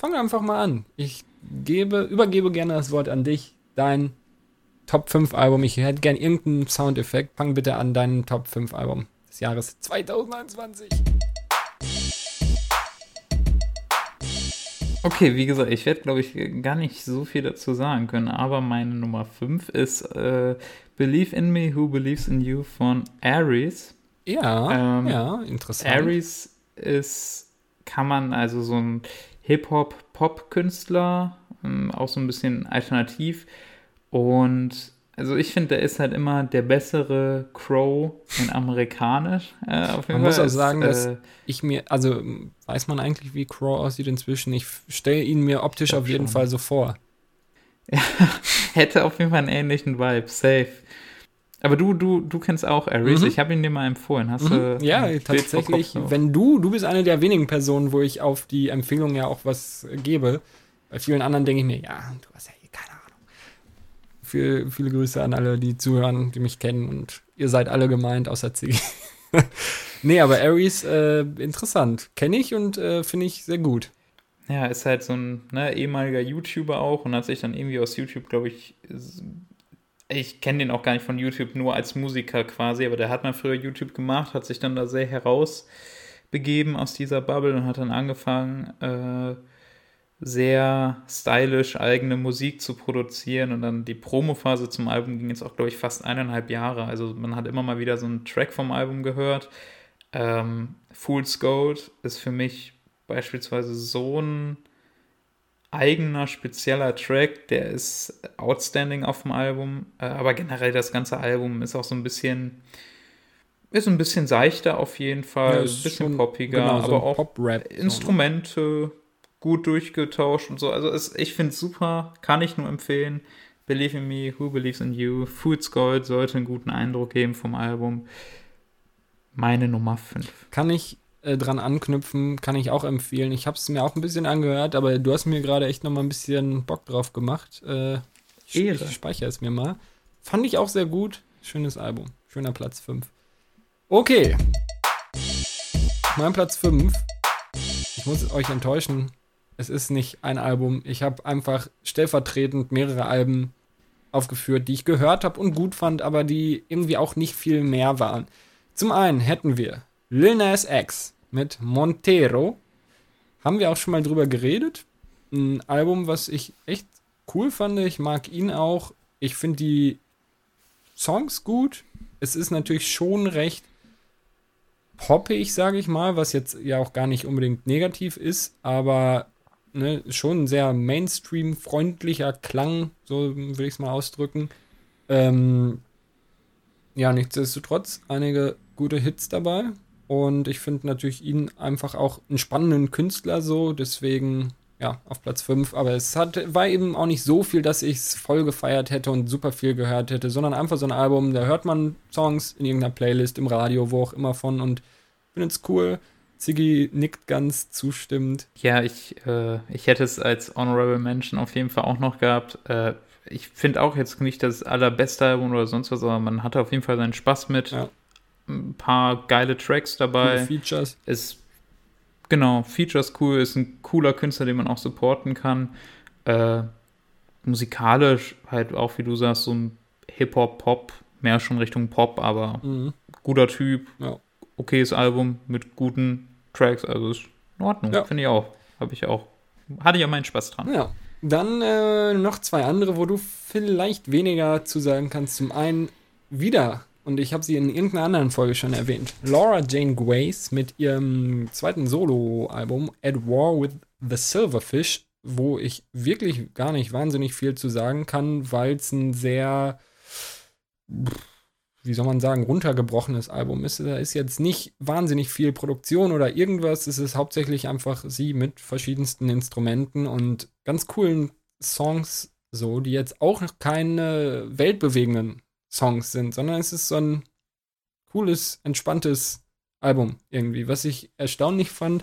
fang einfach mal an. Ich übergebe gerne das Wort an dich. Dein Top 5 Album. Ich hätte gern irgendeinen Soundeffekt. Fang bitte an, dein Top 5 Album des Jahres 2021. Okay, wie gesagt, ich werde, glaube ich, gar nicht so viel dazu sagen können, aber meine Nummer 5 ist Believe in Me, Who Believes in You von Aries. Ja, interessant. Aries kann man also so ein Hip-Hop-Pop-Künstler, auch so ein bisschen alternativ. Und also ich finde, der ist halt immer der bessere Crow in amerikanisch. Auf jeden Man muss Fall auch sagen, dass weiß man eigentlich, wie Crow aussieht inzwischen? Ich stelle ihn mir optisch auf jeden Fall so vor. Ja, hätte auf jeden Fall einen ähnlichen Vibe, safe. Aber du kennst auch Aries, ich habe ihn dir mal empfohlen. Hast du ja, tatsächlich, wenn du bist eine der wenigen Personen, wo ich auf die Empfehlung ja auch was gebe. Bei vielen anderen denke ich mir, ja, du hast ja hier keine Ahnung. Viele Grüße an alle, die zuhören, die mich kennen und ihr seid alle gemeint, außer Ziggy. Nee, aber Aries, interessant. Kenne ich und finde ich sehr gut. Ja, ist halt so ein ehemaliger YouTuber auch und hat sich dann irgendwie aus YouTube, glaube ich kenne den auch gar nicht von YouTube, nur als Musiker quasi, aber der hat mal früher YouTube gemacht, hat sich dann da sehr herausbegeben aus dieser Bubble und hat dann angefangen, sehr stylisch eigene Musik zu produzieren und dann die Promophase zum Album ging jetzt auch, glaube ich, fast 1,5 Jahre. Also man hat immer mal wieder so einen Track vom Album gehört. Fool's Gold ist für mich beispielsweise so ein eigener, spezieller Track, der ist outstanding auf dem Album, aber generell das ganze Album ist auch so ein bisschen seichter auf jeden Fall, Ja, ein ist bisschen schon, poppiger, genau, so aber ein auch Pop-Rap. Instrumente gut durchgetauscht und so. Also ich finde es super, kann ich nur empfehlen. Believe in Me, Who Believes in You, Fool's Gold sollte einen guten Eindruck geben vom Album. Meine Nummer 5. Kann ich dran anknüpfen, kann ich auch empfehlen. Ich habe es mir auch ein bisschen angehört, aber du hast mir gerade echt noch mal ein bisschen Bock drauf gemacht. Ich speichere es mir mal. Fand ich auch sehr gut. Schönes Album. Schöner Platz 5. Okay. Mein Platz 5. Ich muss euch enttäuschen. Es ist nicht ein Album. Ich habe einfach stellvertretend mehrere Alben aufgeführt, die ich gehört habe und gut fand, aber die irgendwie auch nicht viel mehr waren. Zum einen hätten wir Lil Nas X mit Montero. Haben wir auch schon mal drüber geredet. Ein Album, was ich echt cool fand. Ich mag ihn auch. Ich finde die Songs gut. Es ist natürlich schon recht poppig, sage ich mal, was jetzt ja auch gar nicht unbedingt negativ ist, aber schon ein sehr Mainstream-freundlicher Klang, so will ich es mal ausdrücken. Ja, nichtsdestotrotz einige gute Hits dabei. Und ich finde natürlich ihn einfach auch einen spannenden Künstler so, deswegen ja, auf Platz 5. Aber war eben auch nicht so viel, dass ich es voll gefeiert hätte und super viel gehört hätte, sondern einfach so ein Album, da hört man Songs in irgendeiner Playlist, im Radio, wo auch immer von und finde es cool. Ziggy nickt ganz zustimmend. Ja, ich hätte es als Honorable Mention auf jeden Fall auch noch gehabt. Ich finde auch jetzt nicht das allerbeste Album oder sonst was, aber man hatte auf jeden Fall seinen Spaß mit. Ja. Ein paar geile Tracks dabei. Coole Features. Features cool, ist ein cooler Künstler, den man auch supporten kann. Musikalisch halt auch, wie du sagst, so ein Hip-Hop-Pop, mehr schon Richtung Pop, aber guter Typ. Ja. Okayes Album mit guten Tracks, also ist in Ordnung, finde ich auch. Hatte ich auch meinen Spaß dran. Ja. Dann noch zwei andere, wo du vielleicht weniger zu sagen kannst. Zum einen wieder, und ich habe sie in irgendeiner anderen Folge schon erwähnt, Laura Jane Grace mit ihrem zweiten Solo-Album At War with the Silverfish, wo ich wirklich gar nicht wahnsinnig viel zu sagen kann, weil es ein sehr, wie soll man sagen, runtergebrochenes Album ist. Da ist jetzt nicht wahnsinnig viel Produktion oder irgendwas. Es ist hauptsächlich einfach sie mit verschiedensten Instrumenten und ganz coolen Songs, so, die jetzt auch keine weltbewegenden Songs sind, sondern es ist so ein cooles, entspanntes Album irgendwie. Was ich erstaunlich fand,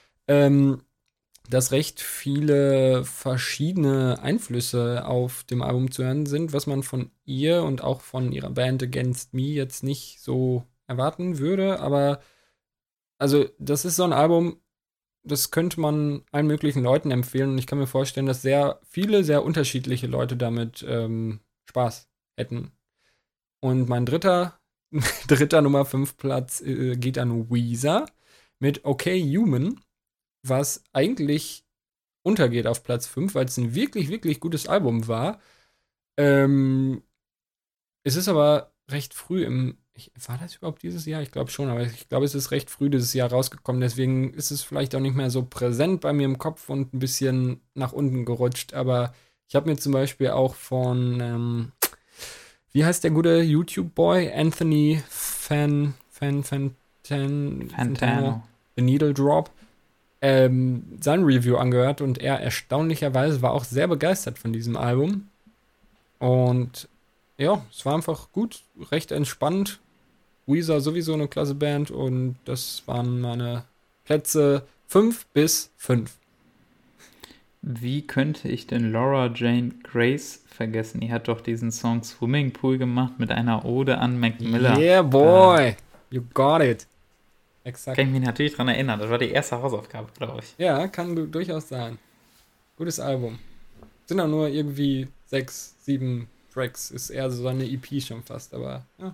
dass recht viele verschiedene Einflüsse auf dem Album zu hören sind, was man von ihr und auch von ihrer Band Against Me jetzt nicht so erwarten würde. Aber also das ist so ein Album, das könnte man allen möglichen Leuten empfehlen. Und ich kann mir vorstellen, dass sehr viele, sehr unterschiedliche Leute damit Spaß hätten. Und mein dritter Nummer 5 Platz geht an Weezer mit Okay Human, was eigentlich untergeht auf Platz 5, weil es ein wirklich, wirklich gutes Album war. Es ist aber recht früh war das überhaupt dieses Jahr? Ich glaube schon, aber ich glaube, es ist recht früh dieses Jahr rausgekommen. Deswegen ist es vielleicht auch nicht mehr so präsent bei mir im Kopf und ein bisschen nach unten gerutscht. Aber ich habe mir zum Beispiel auch von, wie heißt der gute YouTube-Boy? Anthony Fantano, The Needle Drop, sein Review angehört und er erstaunlicherweise war auch sehr begeistert von diesem Album. Und ja, es war einfach gut, recht entspannt. Weezer sowieso eine klasse Band und das waren meine Plätze 5 bis 5. Wie könnte ich denn Laura Jane Grace vergessen? Die hat doch diesen Song Swimming Pool gemacht mit einer Ode an Mac Miller. Yeah, boy! You got it. Exakt. Kann ich mich natürlich daran erinnern. Das war die erste Hausaufgabe, glaube ich. Ja, kann durchaus sein. Gutes Album. Sind auch nur irgendwie 6, 7 Tracks. Ist eher so eine EP schon fast, aber ja.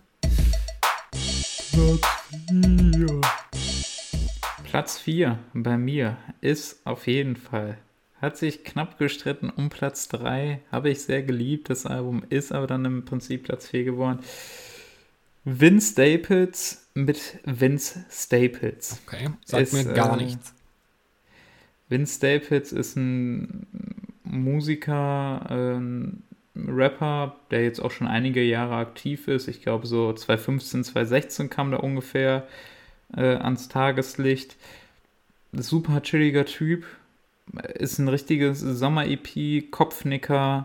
Platz 4 bei mir ist auf jeden Fall, hat sich knapp gestritten um Platz 3, habe ich sehr geliebt, das Album ist aber dann im Prinzip Platz 4 geworden. Vince Staples mit Vince Staples. Okay, sagt mir gar nichts. Vince Staples ist ein Musiker, ein Rapper, der jetzt auch schon einige Jahre aktiv ist. Ich glaube so 2015, 2016 kam da ungefähr ans Tageslicht. Super chilliger Typ. Ist ein richtiges Sommer-EP, Kopfnicker.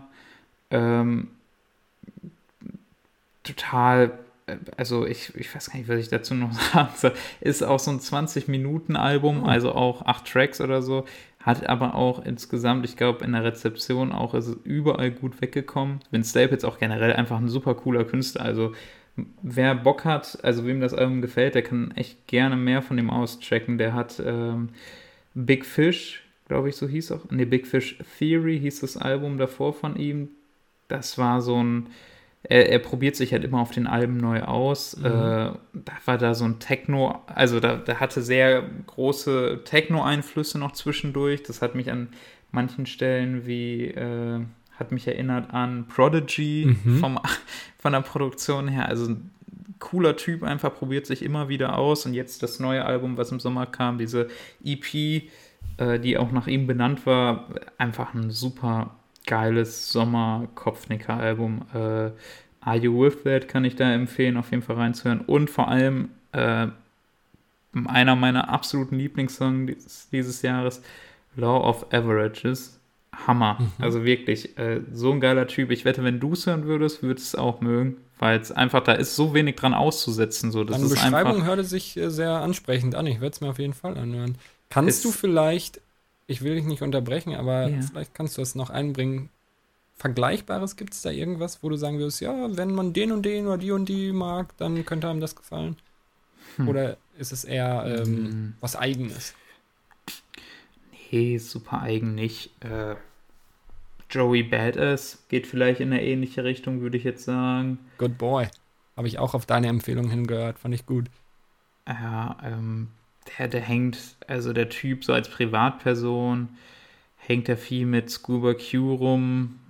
Total, also ich weiß gar nicht, was ich dazu noch sagen soll. Ist auch so ein 20-Minuten-Album, also auch 8 Tracks oder so. Hat aber auch insgesamt, ich glaube, in der Rezeption auch ist es überall gut weggekommen. Vince Staples auch generell einfach ein super cooler Künstler. Also wer Bock hat, also wem das Album gefällt, der kann echt gerne mehr von dem auschecken. Der hat Big Fish, glaube ich, so hieß auch. Ne, Big Fish Theory hieß das Album davor von ihm. Das war so ein, er probiert sich halt immer auf den Alben neu aus. Da war da so ein Techno, also da hatte sehr große Techno-Einflüsse noch zwischendurch. Das hat mich an manchen Stellen hat mich erinnert an Prodigy von der Produktion her. Also ein cooler Typ, einfach probiert sich immer wieder aus. Und jetzt das neue Album, was im Sommer kam, diese EP, die auch nach ihm benannt war, einfach ein super geiles Sommer-Kopfnicker-Album. Are You With That kann ich da empfehlen, auf jeden Fall reinzuhören. Und vor allem einer meiner absoluten Lieblingssongs dieses Jahres, Law of Averages. Hammer. Also wirklich, so ein geiler Typ. Ich wette, wenn du es hören würdest, würdest du es auch mögen, weil es einfach, da ist so wenig dran auszusetzen. So. Deine Beschreibung hörte sich sehr ansprechend an. Ich werde es mir auf jeden Fall anhören. Kannst du vielleicht, ich will dich nicht unterbrechen, aber vielleicht kannst du es noch einbringen, Vergleichbares, gibt es da irgendwas, wo du sagen würdest, ja, wenn man den und den oder die mag, dann könnte einem das gefallen? Oder ist es eher was Eigenes? Nee, super eigen nicht. Joey Badass geht vielleicht in eine ähnliche Richtung, würde ich jetzt sagen. Good boy. Habe ich auch auf deine Empfehlung hingehört, fand ich gut. Ja, der hängt, also der Typ so als Privatperson, hängt er viel mit Scuba Q rum.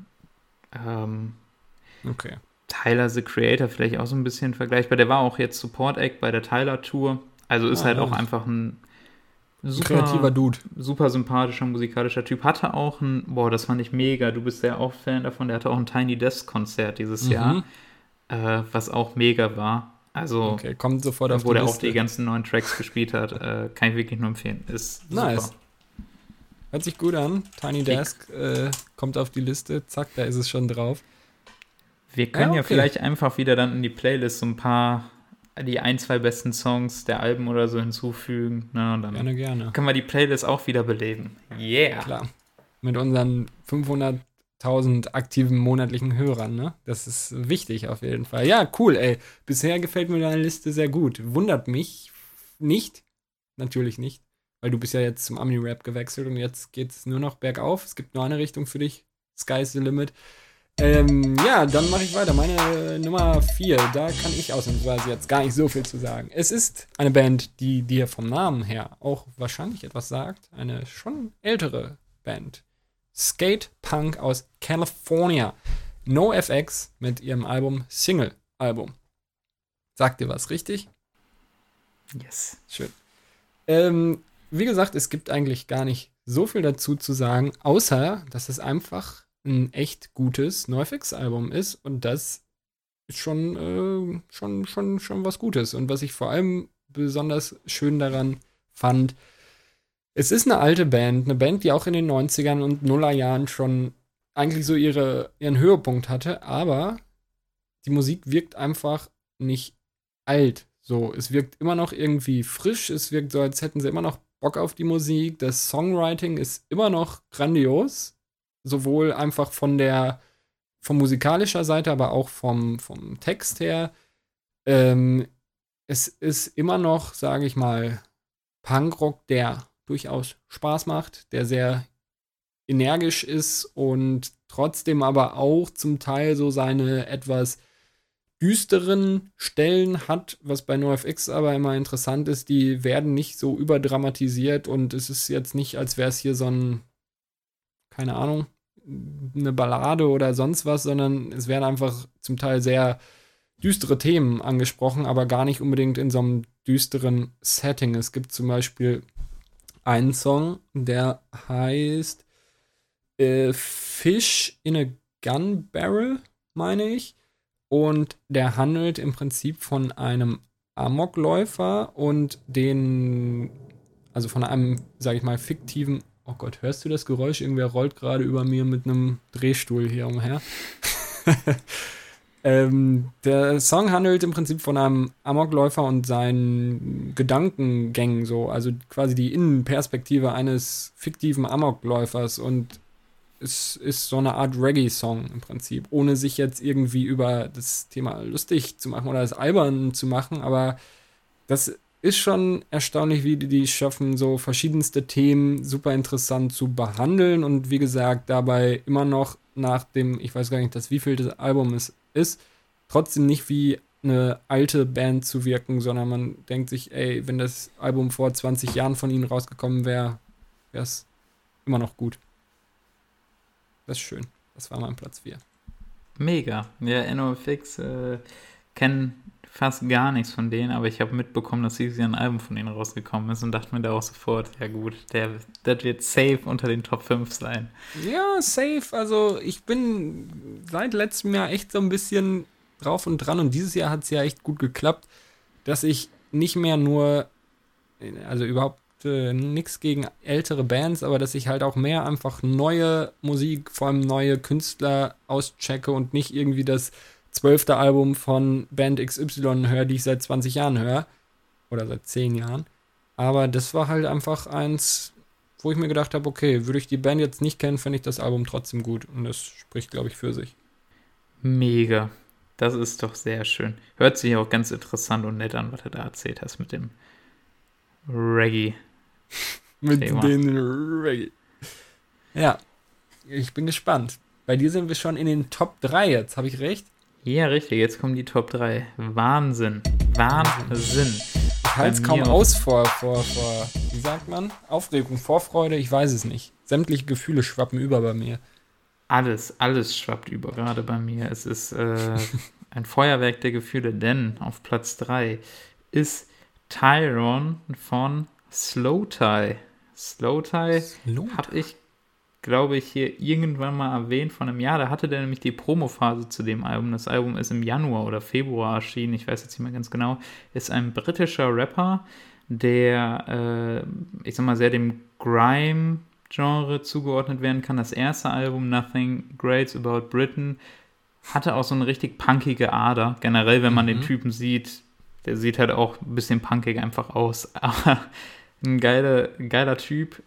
Okay. Tyler, the Creator, vielleicht auch so ein bisschen vergleichbar. Der war auch jetzt Support Act bei der Tyler Tour. Also ist halt auch einfach ein super kreativer Dude. Super sympathischer musikalischer Typ. Hatte auch das fand ich mega. Du bist ja auch Fan davon. Der hatte auch ein Tiny Desk Konzert dieses Jahr, was auch mega war. Also, okay, kommt sofort auf die Liste. Wo der auch die ganzen neuen Tracks gespielt hat. Kann ich wirklich nur empfehlen. Ist nice. Super. Hört sich gut an. Tiny Desk kommt auf die Liste. Zack, da ist es schon drauf. Wir können ja vielleicht einfach wieder dann in die Playlist so die 1-2 besten Songs der Alben oder so hinzufügen. Ne? Und dann gerne. Können wir die Playlist auch wieder beleben. Yeah. Klar. Mit unseren 500.000 aktiven monatlichen Hörern, ne? Das ist wichtig auf jeden Fall. Ja, cool, ey. Bisher gefällt mir deine Liste sehr gut. Wundert mich nicht. Natürlich nicht. weil du bist ja jetzt zum Ami-Rap gewechselt und jetzt geht es nur noch bergauf. Es gibt nur eine Richtung für dich. Sky's the limit. Ja, dann mache ich weiter. Meine Nummer 4, da kann ich ausnahmsweise jetzt gar nicht so viel zu sagen. Es ist eine Band, die dir vom Namen her auch wahrscheinlich etwas sagt. Eine schon ältere Band. Skate Punk aus California. NoFX mit ihrem Album Single-Album. Sagt dir was, richtig? Yes. Schön. Wie gesagt, es gibt eigentlich gar nicht so viel dazu zu sagen, außer, dass es einfach ein echt gutes NoFX-Album ist und das ist schon was Gutes. Und was ich vor allem besonders schön daran fand, es ist eine alte Band, eine Band, die auch in den 90ern und Nullerjahren schon eigentlich so ihren Höhepunkt hatte, aber die Musik wirkt einfach nicht alt. So, es wirkt immer noch irgendwie frisch, es wirkt so, als hätten sie immer noch Bock auf die Musik. Das Songwriting ist immer noch grandios, sowohl einfach von musikalischer Seite, aber auch vom Text her. Es ist immer noch, sage ich mal, Punkrock, der durchaus Spaß macht, der sehr energisch ist und trotzdem aber auch zum Teil so seine etwas düsteren Stellen hat, was bei NoFX aber immer interessant ist, die werden nicht so überdramatisiert und es ist jetzt nicht, als wäre es hier so ein, keine Ahnung, eine Ballade oder sonst was, sondern es werden einfach zum Teil sehr düstere Themen angesprochen, aber gar nicht unbedingt in so einem düsteren Setting. Es gibt zum Beispiel einen Song, der heißt Fish in a Gun Barrel, meine ich. Und der handelt im Prinzip von einem Amokläufer und also von einem, sag ich mal, fiktiven, oh Gott, hörst du das Geräusch? Irgendwer rollt gerade über mir mit einem Drehstuhl hier umher. Der Song handelt im Prinzip von einem Amokläufer und seinen Gedankengängen so, also quasi die Innenperspektive eines fiktiven Amokläufers und es ist so eine Art Reggae-Song im Prinzip, ohne sich jetzt irgendwie über das Thema lustig zu machen oder das albern zu machen, aber das ist schon erstaunlich, wie die schaffen, so verschiedenste Themen super interessant zu behandeln und wie gesagt, dabei immer noch nach dem, ich weiß gar nicht, das wievielte Album es ist, trotzdem nicht wie eine alte Band zu wirken, sondern man denkt sich, ey, wenn das Album vor 20 Jahren von ihnen rausgekommen wäre, wäre es immer noch gut. Das ist schön. Das war mein Platz 4. Mega. Ja, NoFX kennen fast gar nichts von denen, aber ich habe mitbekommen, dass dieses Jahr ein Album von denen rausgekommen ist und dachte mir da auch sofort, ja gut, das wird safe unter den Top 5 sein. Ja, safe. Also ich bin seit letztem Jahr echt so ein bisschen drauf und dran und dieses Jahr hat es ja echt gut geklappt, dass ich nicht mehr nur, also überhaupt nichts gegen ältere Bands, aber dass ich halt auch mehr einfach neue Musik, vor allem neue Künstler auschecke und nicht irgendwie das 12. Album von Band XY höre, die ich seit 20 Jahren höre. Oder seit 10 Jahren. Aber das war halt einfach eins, wo ich mir gedacht habe, okay, würde ich die Band jetzt nicht kennen, fände ich das Album trotzdem gut. Und das spricht, glaube ich, für sich. Mega. Das ist doch sehr schön. Hört sich auch ganz interessant und nett an, was du da erzählt hast mit dem Reggae. Mit den Reggae. Ja, ich bin gespannt. Bei dir sind wir schon in den Top 3 jetzt, habe ich recht? Ja, richtig. Jetzt kommen die Top 3. Wahnsinn. Ich halte es kaum aus vor, wie sagt man? Aufregung, Vorfreude, ich weiß es nicht. Sämtliche Gefühle schwappen über bei mir. Alles schwappt über, gerade bei mir. Es ist ein Feuerwerk der Gefühle, denn auf Platz 3 ist Tyron von Slowthai. Slowthai habe ich, glaube ich, hier irgendwann mal erwähnt vor einem Jahr. Da hatte der nämlich die Promophase zu dem Album. Das Album ist im Januar oder Februar erschienen. Ich weiß jetzt nicht mehr ganz genau. Ist ein britischer Rapper, der, ich sag mal, sehr dem Grime-Genre zugeordnet werden kann. Das erste Album, Nothing Great About Britain, hatte auch so eine richtig punkige Ader. Generell, wenn man den Typen sieht, der sieht halt auch ein bisschen punkig einfach aus. Aber ein geiler Typ.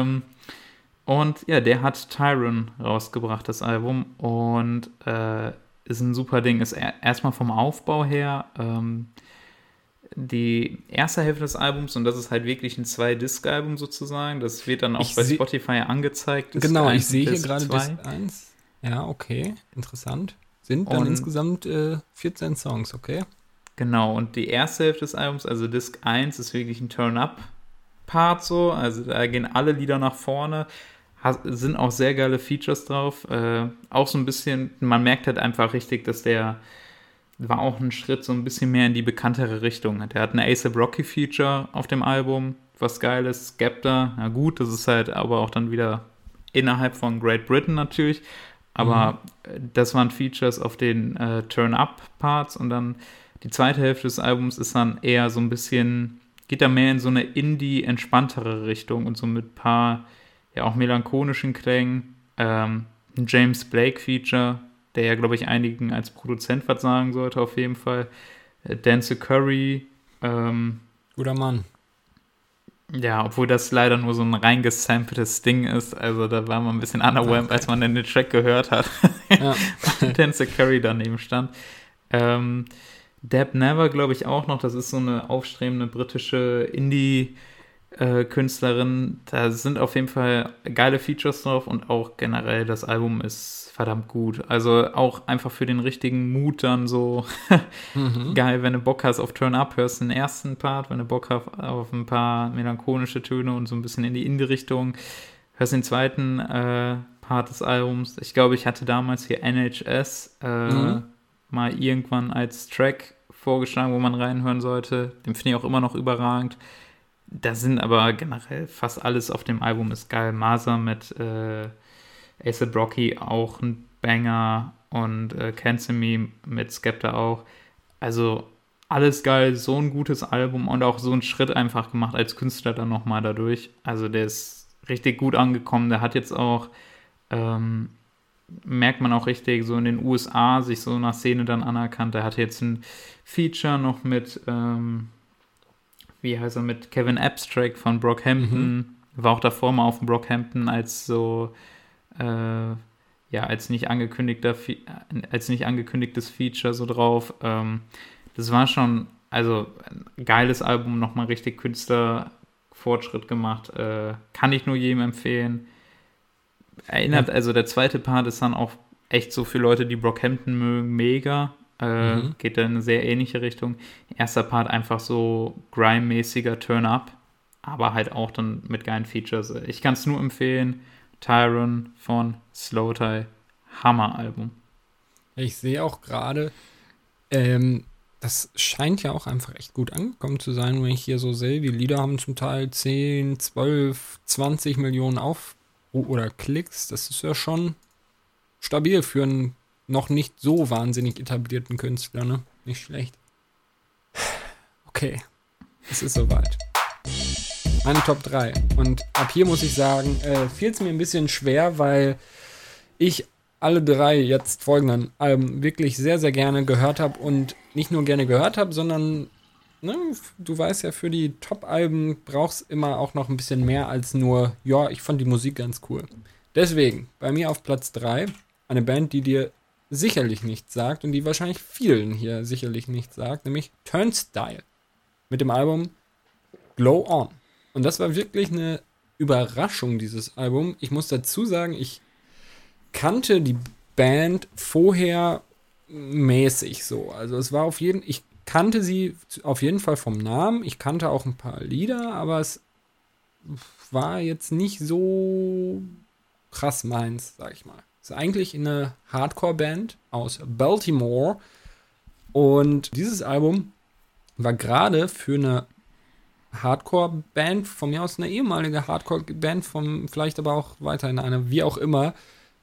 Und ja, der hat Tyron rausgebracht, das Album. Und ist ein super Ding. Ist erstmal vom Aufbau her die erste Hälfte des Albums, und das ist halt wirklich ein 2-Disc-Album sozusagen, das wird dann auch bei Spotify angezeigt. Genau, ich sehe hier gerade Disc 1. Ja, okay, interessant. Sind dann insgesamt 14 Songs, okay? Genau, und die erste Hälfte des Albums, also Disc 1, ist wirklich ein Turn-Up-Part so, also da gehen alle Lieder nach vorne, sind auch sehr geile Features drauf, auch so ein bisschen, man merkt halt einfach richtig, dass der war auch ein Schritt so ein bisschen mehr in die bekanntere Richtung. Der hat eine A$AP Rocky Feature auf dem Album, was geil ist, Skepta, na gut, das ist halt aber auch dann wieder innerhalb von Great Britain natürlich, aber das waren Features auf den Turn-Up-Parts und dann die zweite Hälfte des Albums ist dann eher so ein bisschen, geht da mehr in so eine Indie-entspanntere Richtung und so mit ein paar, ja auch melancholischen Klängen, ein James Blake-Feature, der ja, glaube ich, einigen als Produzent was sagen sollte, auf jeden Fall. Denzel Curry. Guter Mann. Ja, obwohl das leider nur so ein reingesampeltes Ding ist. Also da war man ein bisschen underwhelmed, als man den Track gehört hat. Ja. Denzel Curry daneben stand. Deb Never, glaube ich, auch noch. Das ist so eine aufstrebende britische Indie-Künstlerin. Da sind auf jeden Fall geile Features drauf und auch generell das Album ist verdammt gut. Also auch einfach für den richtigen Mut dann so geil, wenn du Bock hast auf Turn Up, hörst den ersten Part, wenn du Bock hast auf ein paar melancholische Töne und so ein bisschen in die Indie-Richtung, hörst den zweiten Part des Albums. Ich glaube, ich hatte damals hier NHS mal irgendwann als Track vorgeschlagen, wo man reinhören sollte. Den finde ich auch immer noch überragend. Da sind aber generell fast alles auf dem Album ist geil. Masa mit A$AP Rocky auch ein Banger und Cancel Me mit Skepta auch. Also alles geil, so ein gutes Album und auch so einen Schritt einfach gemacht als Künstler dann nochmal dadurch. Also der ist richtig gut angekommen. Der hat jetzt auch, merkt man auch richtig, so in den USA sich so einer Szene dann anerkannt. Der hatte jetzt ein Feature noch mit, wie heißt er, mit Kevin Abstract von Brockhampton. War auch davor mal auf dem Brockhampton als so als nicht angekündigtes Feature so drauf. Das war schon, also ein geiles Album, nochmal richtig Künstlerfortschritt gemacht. Kann ich nur jedem empfehlen. Also der zweite Part ist dann auch echt so für Leute, die Brockhampton mögen, mega. Geht da in eine sehr ähnliche Richtung. Erster Part einfach so grime-mäßiger Turn-Up, aber halt auch dann mit geilen Features. Ich kann es nur empfehlen. Tyron von Slowthai, Hammer-Album. Ich sehe auch gerade, das scheint ja auch einfach echt gut angekommen zu sein, wenn ich hier so sehe, die Lieder haben zum Teil 10, 12, 20 Millionen oder Klicks. Das ist ja schon stabil für einen noch nicht so wahnsinnig etablierten Künstler, ne? Nicht schlecht. Okay, es ist soweit. Meine Top 3. Und ab hier muss ich sagen, fiel es mir ein bisschen schwer, weil ich alle 3 jetzt folgenden Alben wirklich sehr, sehr gerne gehört habe und nicht nur gerne gehört habe, sondern du weißt ja, für die Top-Alben brauchst immer auch noch ein bisschen mehr als nur, ja, ich fand die Musik ganz cool. Deswegen, bei mir auf Platz 3, eine Band, die dir sicherlich nichts sagt und die wahrscheinlich vielen hier sicherlich nichts sagt, nämlich Turnstile mit dem Album Glow On. Und das war wirklich eine Überraschung, dieses Album. Ich muss dazu sagen, ich kannte die Band vorher mäßig so. Also ich kannte sie auf jeden Fall vom Namen. Ich kannte auch ein paar Lieder, aber es war jetzt nicht so krass meins, sag ich mal. Es ist eigentlich eine Hardcore-Band aus Baltimore. Und dieses Album war gerade für eine Hardcore-Band, von mir aus eine ehemalige Hardcore-Band, vielleicht aber auch weiterhin eine, wie auch immer,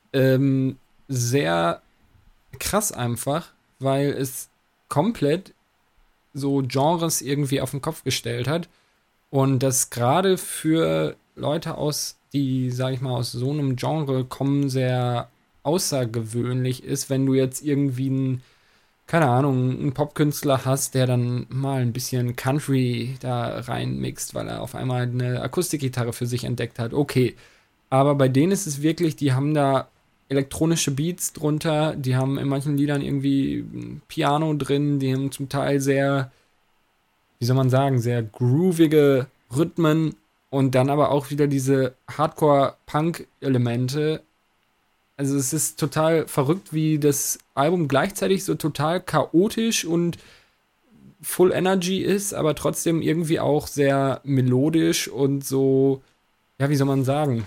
sehr krass einfach, weil es komplett so Genres irgendwie auf den Kopf gestellt hat und das gerade für Leute die, sag ich mal, aus so einem Genre kommen, sehr außergewöhnlich ist, wenn du jetzt irgendwie keine Ahnung, einen Popkünstler hast, der dann mal ein bisschen Country da reinmixt, weil er auf einmal eine Akustikgitarre für sich entdeckt hat. Okay, aber bei denen ist es wirklich, die haben da elektronische Beats drunter, die haben in manchen Liedern irgendwie ein Piano drin, die haben zum Teil sehr wie soll man sagen, sehr groovige Rhythmen und dann aber auch wieder diese Hardcore-Punk-Elemente. Also es ist total verrückt, wie das Album gleichzeitig so total chaotisch und Full Energy ist, aber trotzdem irgendwie auch sehr melodisch und so, ja, wie soll man sagen,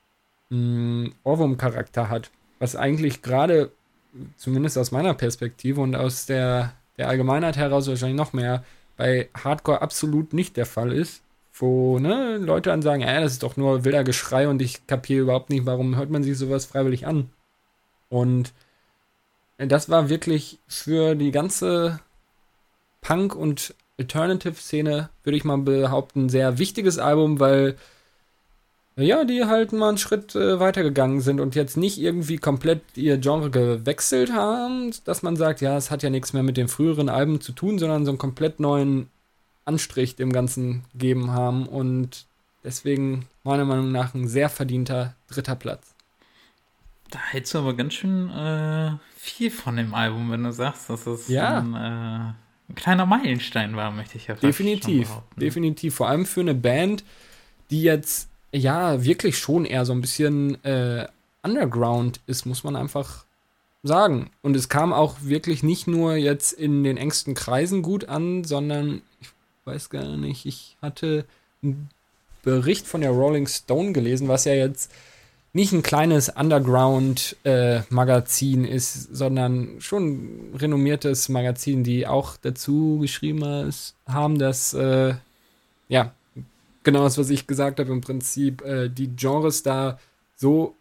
Ohrwurm-Charakter hat. Was eigentlich gerade, zumindest aus meiner Perspektive und aus der Allgemeinheit heraus wahrscheinlich noch mehr, bei Hardcore absolut nicht der Fall ist. Wo, ne, Leute dann sagen, das ist doch nur wilder Geschrei und ich kapiere überhaupt nicht, warum hört man sich sowas freiwillig an. Und das war wirklich für die ganze Punk- und Alternative-Szene, würde ich mal behaupten, ein sehr wichtiges Album, weil ja, die halt mal einen Schritt weitergegangen sind und jetzt nicht irgendwie komplett ihr Genre gewechselt haben, dass man sagt, ja, es hat ja nichts mehr mit den früheren Alben zu tun, sondern so einen komplett neuen Anstrich dem Ganzen gegeben haben und deswegen meiner Meinung nach ein sehr verdienter 3. Platz. Da hältst du aber ganz schön viel von dem Album, wenn du sagst, dass es ein kleiner Meilenstein war, möchte ich ja fast definitiv, schon behaupten. Definitiv. Vor allem für eine Band, die jetzt ja wirklich schon eher so ein bisschen Underground ist, muss man einfach sagen. Und es kam auch wirklich nicht nur jetzt in den engsten Kreisen gut an, sondern ich weiß gar nicht, ich hatte einen Bericht von der Rolling Stone gelesen, was ja jetzt nicht ein kleines Underground-Magazin ist, sondern schon ein renommiertes Magazin, die auch dazu geschrieben haben, dass, ja, genau das, was ich gesagt habe, im Prinzip die Genres da so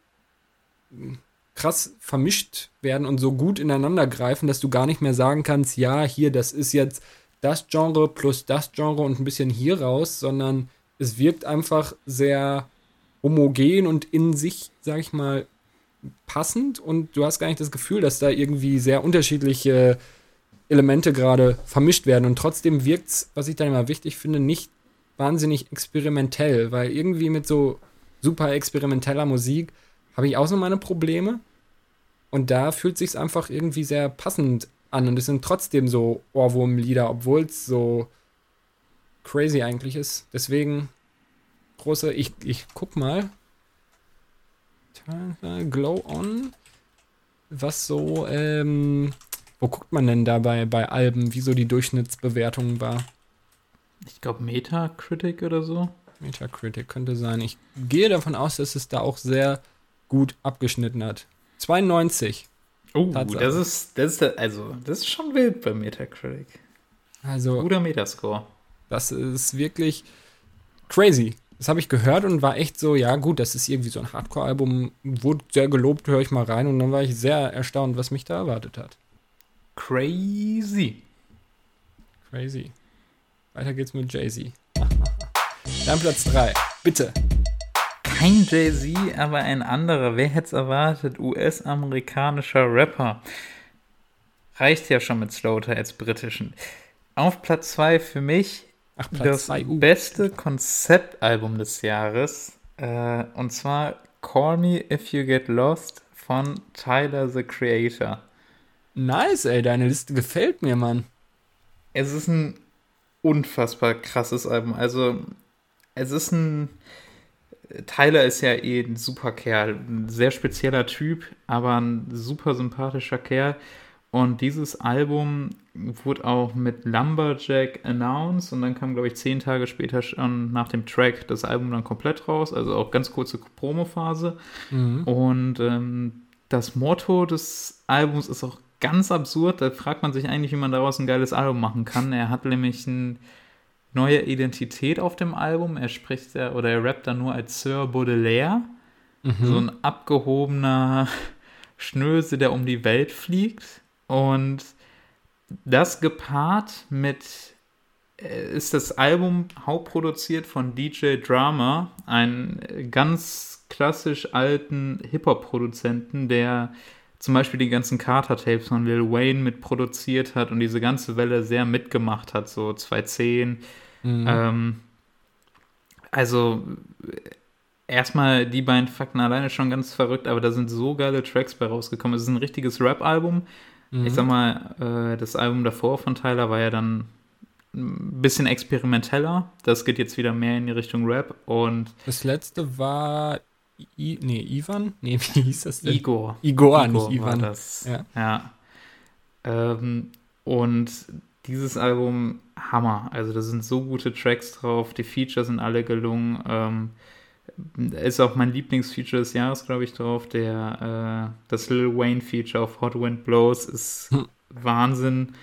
krass vermischt werden und so gut ineinander greifen, dass du gar nicht mehr sagen kannst, ja, hier, das ist jetzt das Genre plus das Genre und ein bisschen hier raus, sondern es wirkt einfach sehr homogen und in sich, sag ich mal, passend und du hast gar nicht das Gefühl, dass da irgendwie sehr unterschiedliche Elemente gerade vermischt werden und trotzdem wirkt's, was ich dann immer wichtig finde, nicht wahnsinnig experimentell, weil irgendwie mit so super experimenteller Musik habe ich auch so meine Probleme und da fühlt sich's einfach irgendwie sehr passend an und es sind trotzdem so Ohrwurmlieder, obwohl es so crazy eigentlich ist. Deswegen große, ich guck mal. Glow On. Was so, wo guckt man denn da bei Alben, wie so die Durchschnittsbewertung war? Ich glaube Metacritic oder so. Metacritic könnte sein. Ich gehe davon aus, dass es da auch sehr gut abgeschnitten hat. 92. Oh, das ist schon wild bei Metacritic. Also, guter Metascore. Das ist wirklich crazy. Das habe ich gehört und war echt so, ja gut, das ist irgendwie so ein Hardcore-Album, wurde sehr gelobt, höre ich mal rein und dann war ich sehr erstaunt, was mich da erwartet hat. Crazy. Weiter geht's mit Jay-Z. Dann Platz 3, bitte. Kein Jay-Z, aber ein anderer, wer hätte es erwartet, US-amerikanischer Rapper. Reicht ja schon mit Slaughter als britischen. Auf Platz 2 für mich das beste Konzeptalbum des Jahres. Und zwar Call Me If You Get Lost von Tyler, the Creator. Nice, ey, deine Liste gefällt mir, Mann. Es ist ein unfassbar krasses Album. Also, Tyler ist ja ein super Kerl, ein sehr spezieller Typ, aber ein super sympathischer Kerl. Und dieses Album wurde auch mit Lumberjack announced und dann kam, glaube ich, 10 Tage später schon nach dem Track das Album dann komplett raus, also auch ganz kurze Promophase. Mhm. Und das Motto des Albums ist auch ganz absurd, da fragt man sich eigentlich, wie man daraus ein geiles Album machen kann. Er hat nämlich eine neue Identität auf dem Album, er rappt da nur als Sir Baudelaire, so ein abgehobener Schnösel, der um die Welt fliegt. Und das gepaart ist das Album hauptproduziert von DJ Drama, einen ganz klassisch alten Hip-Hop-Produzenten, der zum Beispiel die ganzen Carter-Tapes von Lil Wayne mitproduziert hat und diese ganze Welle sehr mitgemacht hat, so 2010. Also erstmal die beiden Fakten alleine schon ganz verrückt, aber da sind so geile Tracks bei rausgekommen. Es ist ein richtiges Rap-Album. Ich sag mal, das Album davor von Tyler war ja dann ein bisschen experimenteller. Das geht jetzt wieder mehr in die Richtung Rap. Und das letzte war Ivan? Nee, wie hieß das denn? Igor, nicht Ivan. War das. Ja. Und dieses Album, Hammer. Also da sind so gute Tracks drauf. Die Features sind alle gelungen. Ist auch mein Lieblingsfeature des Jahres, glaube ich, drauf. Das Lil Wayne Feature auf Hot Wind Blows ist Wahnsinn.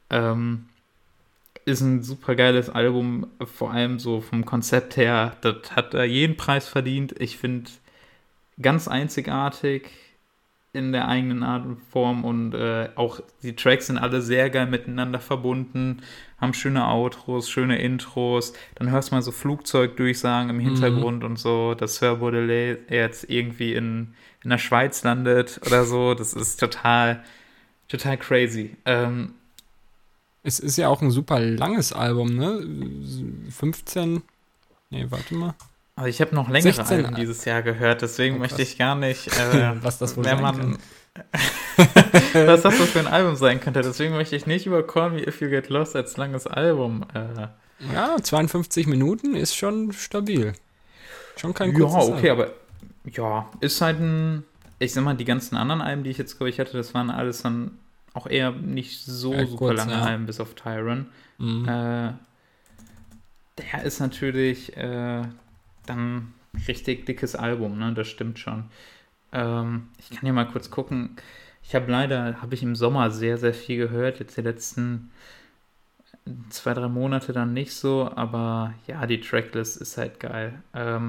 Ist ein super geiles Album, vor allem so vom Konzept her. Das hat jeden Preis verdient. Ich finde, ganz einzigartig in der eigenen Art und Form und auch die Tracks sind alle sehr geil miteinander verbunden, haben schöne Outros, schöne Intros, dann hörst du mal so Flugzeugdurchsagen im Hintergrund und so, dass Sir Baudelaire jetzt irgendwie in der Schweiz landet oder so, das ist total crazy. Es ist ja auch ein super langes Album, ne? 15, warte mal. Also ich habe noch längere Alben dieses Jahr gehört, deswegen möchte ich gar nicht, was das wohl sein kann. Was das so für ein Album sein könnte. Deswegen möchte ich nicht über Call Me If You Get Lost als langes Album. Ja, 52 Minuten ist schon stabil. Schon kein kurzes Album. Ja, okay, aber ja, ist halt ich sag mal, die ganzen anderen Alben, die ich jetzt, glaube ich, hatte, das waren alles dann auch eher nicht so super lange Alben, bis auf Tyron. Der ist natürlich dann richtig dickes Album, ne? Das stimmt schon. Ich kann ja mal kurz gucken. Habe ich im Sommer sehr, sehr viel gehört. Jetzt die letzten 2-3 Monate dann nicht so, aber ja, die Tracklist ist halt geil.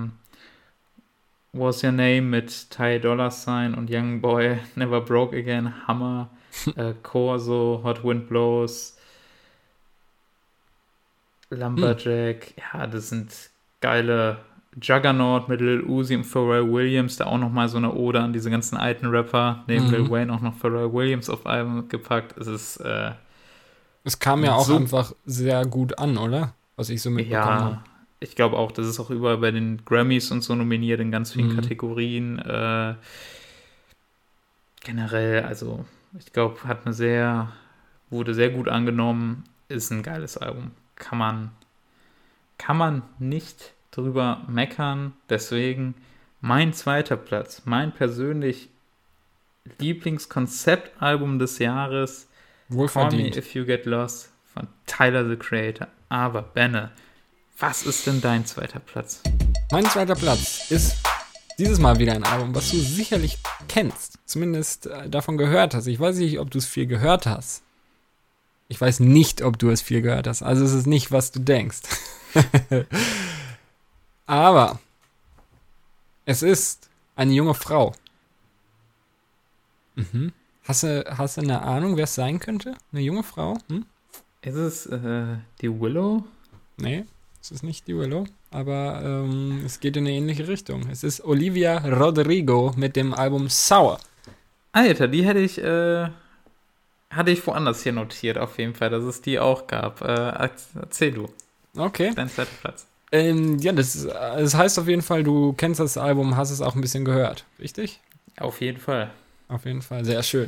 What's Your Name mit Ty Dolla $ign und Young Boy, Never Broke Again, Hammer, Corso, Hot Wind Blows, Lumberjack, ja, das sind geile. Juggernaut mit Lil Uzi und Pharrell Williams, da auch nochmal so eine Ode an diese ganzen alten Rapper, neben Lil Wayne auch noch Pharrell Williams auf Album gepackt. Es kam ja auch einfach sehr gut an, oder? Was ich so mitbekommen habe. Ja, ich glaube auch, das ist auch überall bei den Grammys und so nominiert in ganz vielen Kategorien. Generell, also ich glaube, wurde sehr gut angenommen, ist ein geiles Album. Kann man nicht drüber meckern, deswegen mein zweiter Platz, mein persönlich Lieblingskonzeptalbum des Jahres, Call Me If You Get Lost von Tyler, the Creator. Aber Benne, was ist denn dein zweiter Platz? Mein zweiter Platz ist dieses Mal wieder ein Album, was du sicherlich kennst, zumindest davon gehört hast. Ich weiß nicht, ob du es viel gehört hast. Ich weiß nicht, ob du es viel gehört hast. Also es ist nicht, was du denkst. Aber es ist eine junge Frau. Hast du eine Ahnung, wer es sein könnte? Eine junge Frau? Ist es die Willow? Nee, es ist nicht die Willow, aber es geht in eine ähnliche Richtung. Es ist Olivia Rodrigo mit dem Album Sour. Alter, die hatte ich woanders hier notiert, auf jeden Fall, dass es die auch gab. Erzähl du. Okay. Dein zweiter Platz. Ja, das heißt auf jeden Fall, du kennst das Album, hast es auch ein bisschen gehört, richtig? Auf jeden Fall. Auf jeden Fall, sehr schön.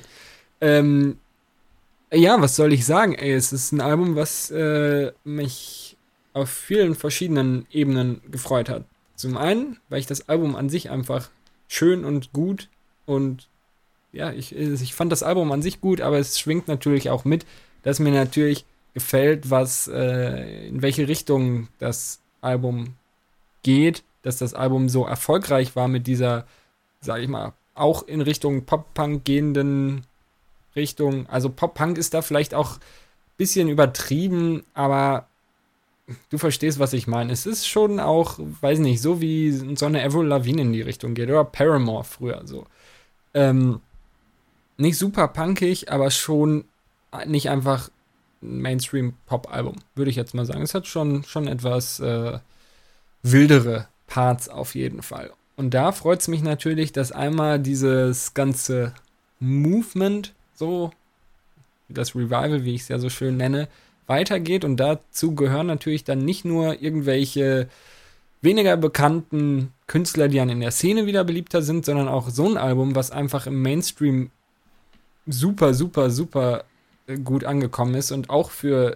Ja, was soll ich sagen? Es ist ein Album, was mich auf vielen verschiedenen Ebenen gefreut hat. Zum einen, weil ich das Album an sich einfach schön und gut und ja, ich fand das Album an sich gut, aber es schwingt natürlich auch mit, dass mir natürlich gefällt, in welche Richtung das Album geht, dass das Album so erfolgreich war mit dieser, sag ich mal, auch in Richtung Pop-Punk gehenden Richtung. Also Pop-Punk ist da vielleicht auch ein bisschen übertrieben, aber du verstehst, was ich meine. Es ist schon auch, weiß nicht, so wie so eine Avril Lavigne in die Richtung geht oder Paramore früher so. Nicht super punkig, aber schon nicht einfach ein Mainstream-Pop-Album, würde ich jetzt mal sagen. Es hat schon etwas wildere Parts auf jeden Fall. Und da freut es mich natürlich, dass einmal dieses ganze Movement, so das Revival, wie ich es ja so schön nenne, weitergeht. Und dazu gehören natürlich dann nicht nur irgendwelche weniger bekannten Künstler, die dann in der Szene wieder beliebter sind, sondern auch so ein Album, was einfach im Mainstream super, super, super gut angekommen ist und auch für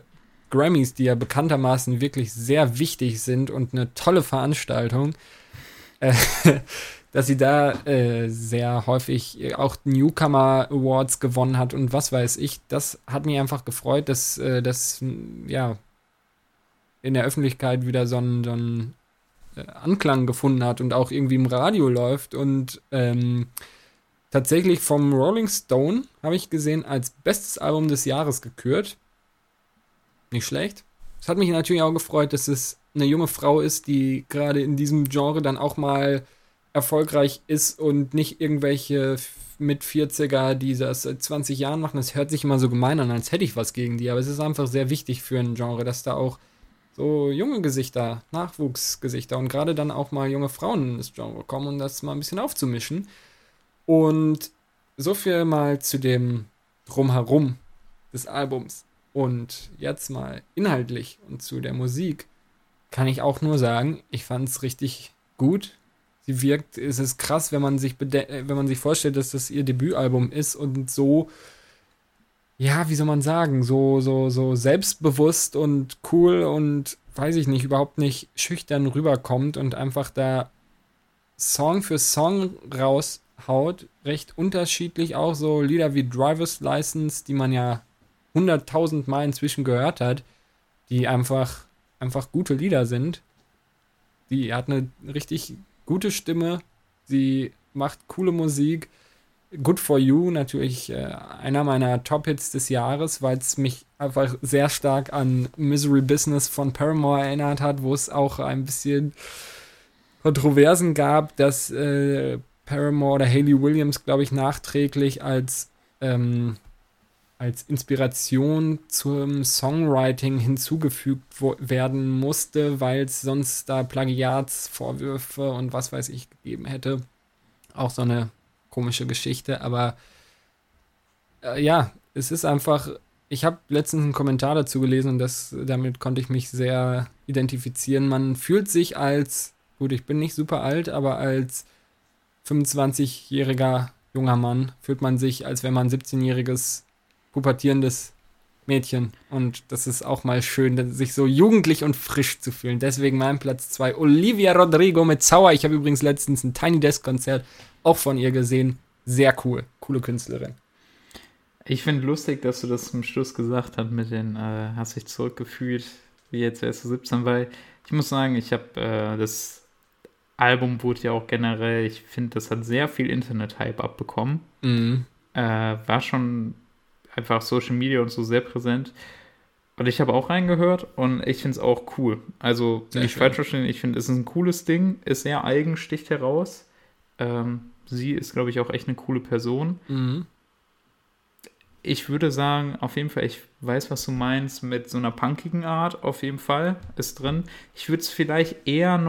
Grammys, die ja bekanntermaßen wirklich sehr wichtig sind und eine tolle Veranstaltung, dass sie da sehr häufig auch Newcomer Awards gewonnen hat und was weiß ich. Das hat mich einfach gefreut, dass das ja in der Öffentlichkeit wieder so ein Anklang gefunden hat und auch irgendwie im Radio läuft. Und tatsächlich vom Rolling Stone habe ich gesehen als bestes Album des Jahres gekürt. Nicht schlecht. Es hat mich natürlich auch gefreut, dass es eine junge Frau ist, die gerade in diesem Genre dann auch mal erfolgreich ist und nicht irgendwelche mit 40er, die das seit 20 Jahren machen. Das hört sich immer so gemein an, als hätte ich was gegen die, aber es ist einfach sehr wichtig für ein Genre, dass da auch so junge Gesichter, Nachwuchsgesichter und gerade dann auch mal junge Frauen in das Genre kommen, um das mal ein bisschen aufzumischen. Und so viel mal zu dem Drumherum des Albums. Und jetzt mal inhaltlich und zu der Musik kann ich auch nur sagen, ich fand es richtig gut. Sie wirkt, es ist krass, wenn man sich vorstellt, dass das ihr Debütalbum ist und so, ja, wie soll man sagen, so selbstbewusst und cool und, weiß ich nicht, überhaupt nicht schüchtern rüberkommt und einfach da Song für Song raushaut, recht unterschiedlich auch so Lieder wie Driver's License, die man ja 100.000 Mal inzwischen gehört hat, die einfach gute Lieder sind. Die hat eine richtig gute Stimme, sie macht coole Musik. Good For You, natürlich einer meiner Top-Hits des Jahres, weil es mich einfach sehr stark an Misery Business von Paramore erinnert hat, wo es auch ein bisschen Kontroversen gab, dass Paramore oder Hayley Williams, glaube ich, nachträglich als Inspiration zum Songwriting hinzugefügt werden musste, weil es sonst da Plagiatsvorwürfe und was weiß ich gegeben hätte. Auch so eine komische Geschichte, aber ja, es ist einfach, ich habe letztens einen Kommentar dazu gelesen und damit konnte ich mich sehr identifizieren. Man fühlt sich als, gut, ich bin nicht super alt, aber als 25-jähriger junger Mann fühlt man sich, als wäre man ein 17-jähriges pubertierendes Mädchen. Und das ist auch mal schön, sich so jugendlich und frisch zu fühlen. Deswegen mein Platz 2, Olivia Rodrigo mit Zauer. Ich habe übrigens letztens ein Tiny Desk Konzert auch von ihr gesehen. Sehr cool. Coole Künstlerin. Ich finde lustig, dass du das zum Schluss gesagt hast mit den, hast dich zurückgefühlt, wie jetzt wärst du 17, weil ich muss sagen, ich habe das Album wurde ja auch generell, ich finde, das hat sehr viel Internet-Hype abbekommen. Mhm. War schon einfach Social Media und so sehr präsent. Und ich habe auch reingehört und ich finde es auch cool. Also, nicht falsch verstehen, ich finde, es ist ein cooles Ding, ist sehr eigen, sticht heraus. Sie ist, glaube ich, auch echt eine coole Person. Mhm. Ich würde sagen, auf jeden Fall, ich weiß, was du meinst, mit so einer punkigen Art, auf jeden Fall, ist drin. Ich würde es vielleicht eher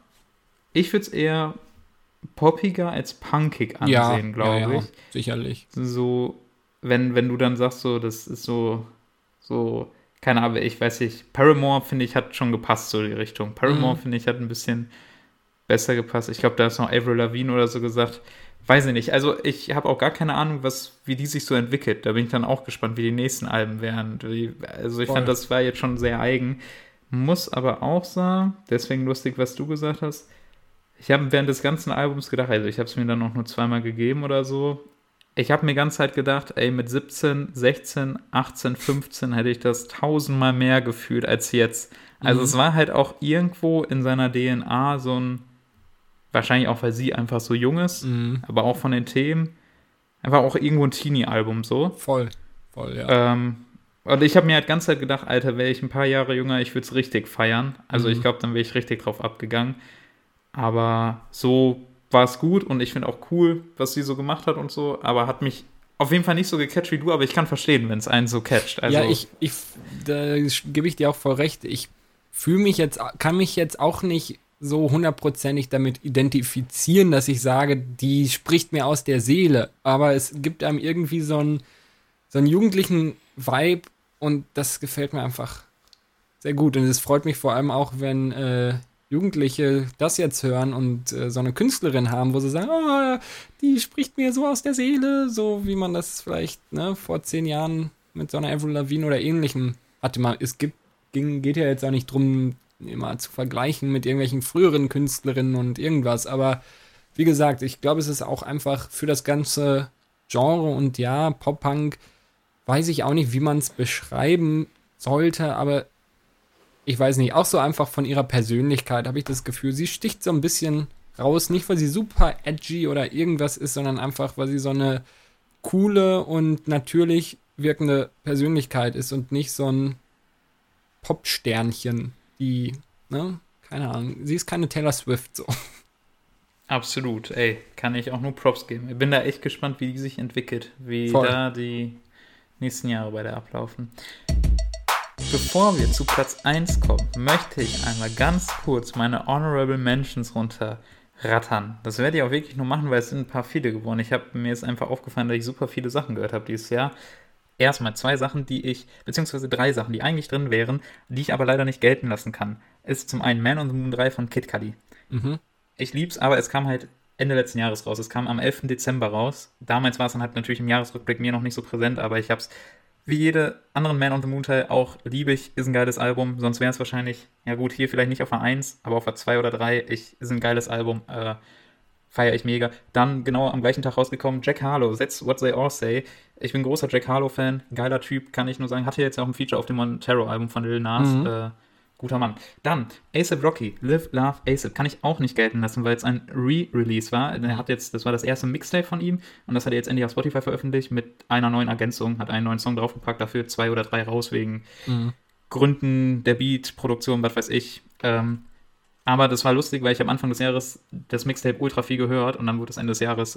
poppiger als punkig ansehen, glaube ich. Sicherlich. So, wenn du dann sagst, so, das ist so, keine Ahnung, ich weiß nicht, Paramore, finde ich, hat schon gepasst, so die Richtung. Paramore, finde ich, hat ein bisschen besser gepasst. Ich glaube, da ist noch Avril Lavigne oder so gesagt. Weiß ich nicht. Also, ich habe auch gar keine Ahnung, wie die sich so entwickelt. Da bin ich dann auch gespannt, wie die nächsten Alben werden. Also, ich fand, das war jetzt schon sehr eigen. Muss aber auch sagen, deswegen lustig, was du gesagt hast. Ich habe während des ganzen Albums gedacht, also ich habe es mir dann auch nur zweimal gegeben oder so. Ich habe mir die ganze Zeit gedacht, ey, mit 17, 16, 18, 15 hätte ich das 1000-mal mehr gefühlt als jetzt. Also es war halt auch irgendwo in seiner DNA so ein, wahrscheinlich auch, weil sie einfach so jung ist, aber auch von den Themen, einfach auch irgendwo ein Teenie-Album so. Voll, ja. Und ich habe mir halt die ganze Zeit gedacht, Alter, wäre ich ein paar Jahre jünger, ich würde es richtig feiern. Also ich glaube, dann wäre ich richtig drauf abgegangen. Aber so war es gut und ich finde auch cool, was sie so gemacht hat und so, aber hat mich auf jeden Fall nicht so gecatcht wie du, aber ich kann verstehen, wenn es einen so catcht. Also, ja, da gebe ich dir auch voll recht. Ich kann mich jetzt auch nicht so hundertprozentig damit identifizieren, dass ich sage, die spricht mir aus der Seele, aber es gibt einem irgendwie so einen jugendlichen Vibe und das gefällt mir einfach sehr gut und es freut mich vor allem auch, wenn Jugendliche das jetzt hören und so eine Künstlerin haben, wo sie sagen, oh, die spricht mir so aus der Seele, so wie man das vielleicht vor 10 Jahren mit so einer Avril Lavigne oder ähnlichem hatte. Es gibt geht ja jetzt auch nicht drum, immer zu vergleichen mit irgendwelchen früheren Künstlerinnen und irgendwas. Aber wie gesagt, ich glaube, es ist auch einfach für das ganze Genre und ja, Pop-Punk, weiß ich auch nicht, wie man es beschreiben sollte, aber ich weiß nicht, auch so einfach von ihrer Persönlichkeit habe ich das Gefühl, sie sticht so ein bisschen raus, nicht weil sie super edgy oder irgendwas ist, sondern einfach, weil sie so eine coole und natürlich wirkende Persönlichkeit ist und nicht so ein Popsternchen, die, ne, keine Ahnung, sie ist keine Taylor Swift so. Absolut, ey, kann ich auch nur Props geben. Ich bin da echt gespannt, wie die sich entwickelt, wie Voll. da die nächsten Jahre bei der ablaufen. Bevor wir zu Platz 1 kommen, möchte ich einmal ganz kurz meine Honorable Mentions runterrattern. Das werde ich auch wirklich nur machen, weil es sind ein paar viele geworden. Mir ist einfach aufgefallen, dass ich super viele Sachen gehört habe dieses Jahr. Erstmal 2 Sachen, beziehungsweise 3 Sachen, die eigentlich drin wären, die ich aber leider nicht gelten lassen kann. Ist zum einen Man on the Moon 3 von Kid Cudi. Mhm. Ich lieb's, aber es kam halt Ende letzten Jahres raus. Es kam am 11. Dezember raus. Damals war es dann halt natürlich im Jahresrückblick mir noch nicht so präsent, aber ich hab's wie jede anderen Man on the Moon Teil auch liebe ich, ist ein geiles Album. Sonst wäre es wahrscheinlich, ja gut, hier vielleicht nicht auf der 1, aber auf der 2 oder 3. Ist ein geiles Album. Feiere ich mega. Dann genau am gleichen Tag rausgekommen, Jack Harlow, That's What They All Say. Ich bin großer Jack Harlow-Fan, geiler Typ, kann ich nur sagen. Hatte jetzt auch ein Feature auf dem Montero-Album von Lil Nas. Guter Mann. Dann A$AP Rocky, Live, Love, A$AP. Kann ich auch nicht gelten lassen, weil es ein Re-Release war. Das war das erste Mixtape von ihm und das hat er jetzt endlich auf Spotify veröffentlicht mit einer neuen Ergänzung, hat einen neuen Song draufgepackt, dafür 2 oder 3 raus wegen Gründen der Beat, Produktion, was weiß ich. Aber das war lustig, weil ich am Anfang des Jahres das Mixtape ultra viel gehört und dann wurde das Ende des Jahres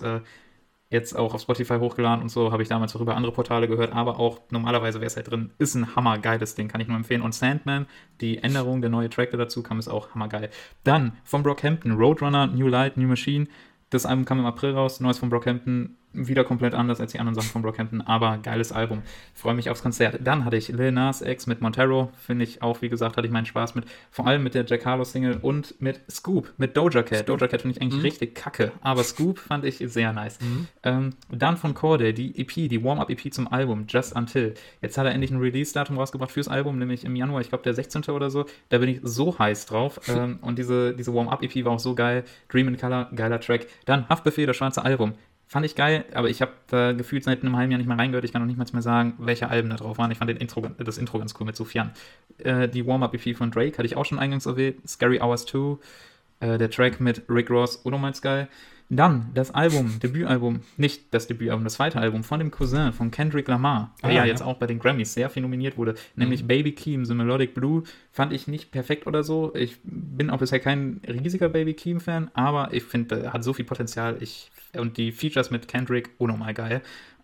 jetzt auch auf Spotify hochgeladen und so, habe ich damals auch über andere Portale gehört, aber auch normalerweise wäre es halt drin, ist ein hammergeiles Ding, kann ich nur empfehlen. Und Sandman, die Änderung, der neue Track, der dazu kam, ist auch hammergeil. Dann von Brockhampton, Roadrunner, New Light, New Machine, das Album kam im April raus, neues von Brockhampton, wieder komplett anders als die anderen Sachen von Brockhampton, aber geiles Album. Freue mich aufs Konzert. Dann hatte ich Lil Nas X mit Montero, finde ich auch, wie gesagt, hatte ich meinen Spaß mit, vor allem mit der Jack Harlow Single und mit Scoop, mit Doja Cat. Doja Cat finde ich eigentlich richtig kacke, aber Scoop fand ich sehr nice. Dann von Corday, die EP, die Warm-Up-EP zum Album, Just Until. Jetzt hat er endlich ein Release-Datum rausgebracht fürs Album, nämlich im Januar, ich glaube der 16. oder so. Da bin ich so heiß drauf. Und diese Warm-Up-EP war auch so geil. Dream in Color, geiler Track. Dann Haftbefehl, das schwarze Album. Fand ich geil, aber ich habe da gefühlt seit einem halben Jahr nicht mehr reingehört. Ich kann noch nicht mal mehr sagen, welche Alben da drauf waren. Ich fand das Intro ganz cool mit Sufjan. Die Warm-Up-EP von Drake hatte ich auch schon eingangs erwähnt. Scary Hours 2. Der Track mit Rick Ross, unnormals geil. Dann das Album, Debütalbum, nicht das Debütalbum, das zweite Album von dem Cousin von Kendrick Lamar, der ja jetzt auch bei den Grammys sehr viel nominiert wurde, nämlich Baby Keem, The Melodic Blue, fand ich nicht perfekt oder so. Ich bin auch bisher kein riesiger Baby Keem-Fan, aber ich finde, er hat so viel Potenzial. Und die Features mit Kendrick, unnormal geil.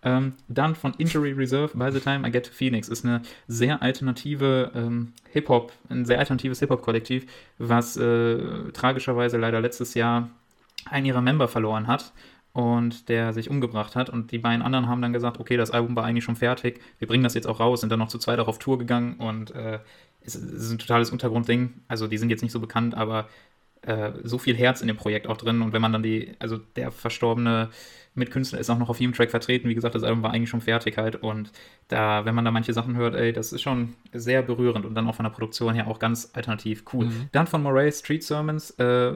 Dann von Injury Reserve, By the Time I Get to Phoenix, ist eine sehr alternative ein sehr alternatives Hip-Hop-Kollektiv, was tragischerweise leider letztes Jahr einen ihrer Member verloren hat und der sich umgebracht hat. Und die beiden anderen haben dann gesagt, okay, das Album war eigentlich schon fertig, wir bringen das jetzt auch raus, sind dann noch zu zweit auch auf Tour gegangen und es ist ein totales Untergrundding. Also die sind jetzt nicht so bekannt, aber so viel Herz in dem Projekt auch drin. Und wenn man dann der verstorbene Mitkünstler ist auch noch auf jedem Track vertreten. Wie gesagt, das Album war eigentlich schon fertig halt. Und wenn man da manche Sachen hört, das ist schon sehr berührend und dann auch von der Produktion her auch ganz alternativ cool. Dann von Moray, Street Sermons,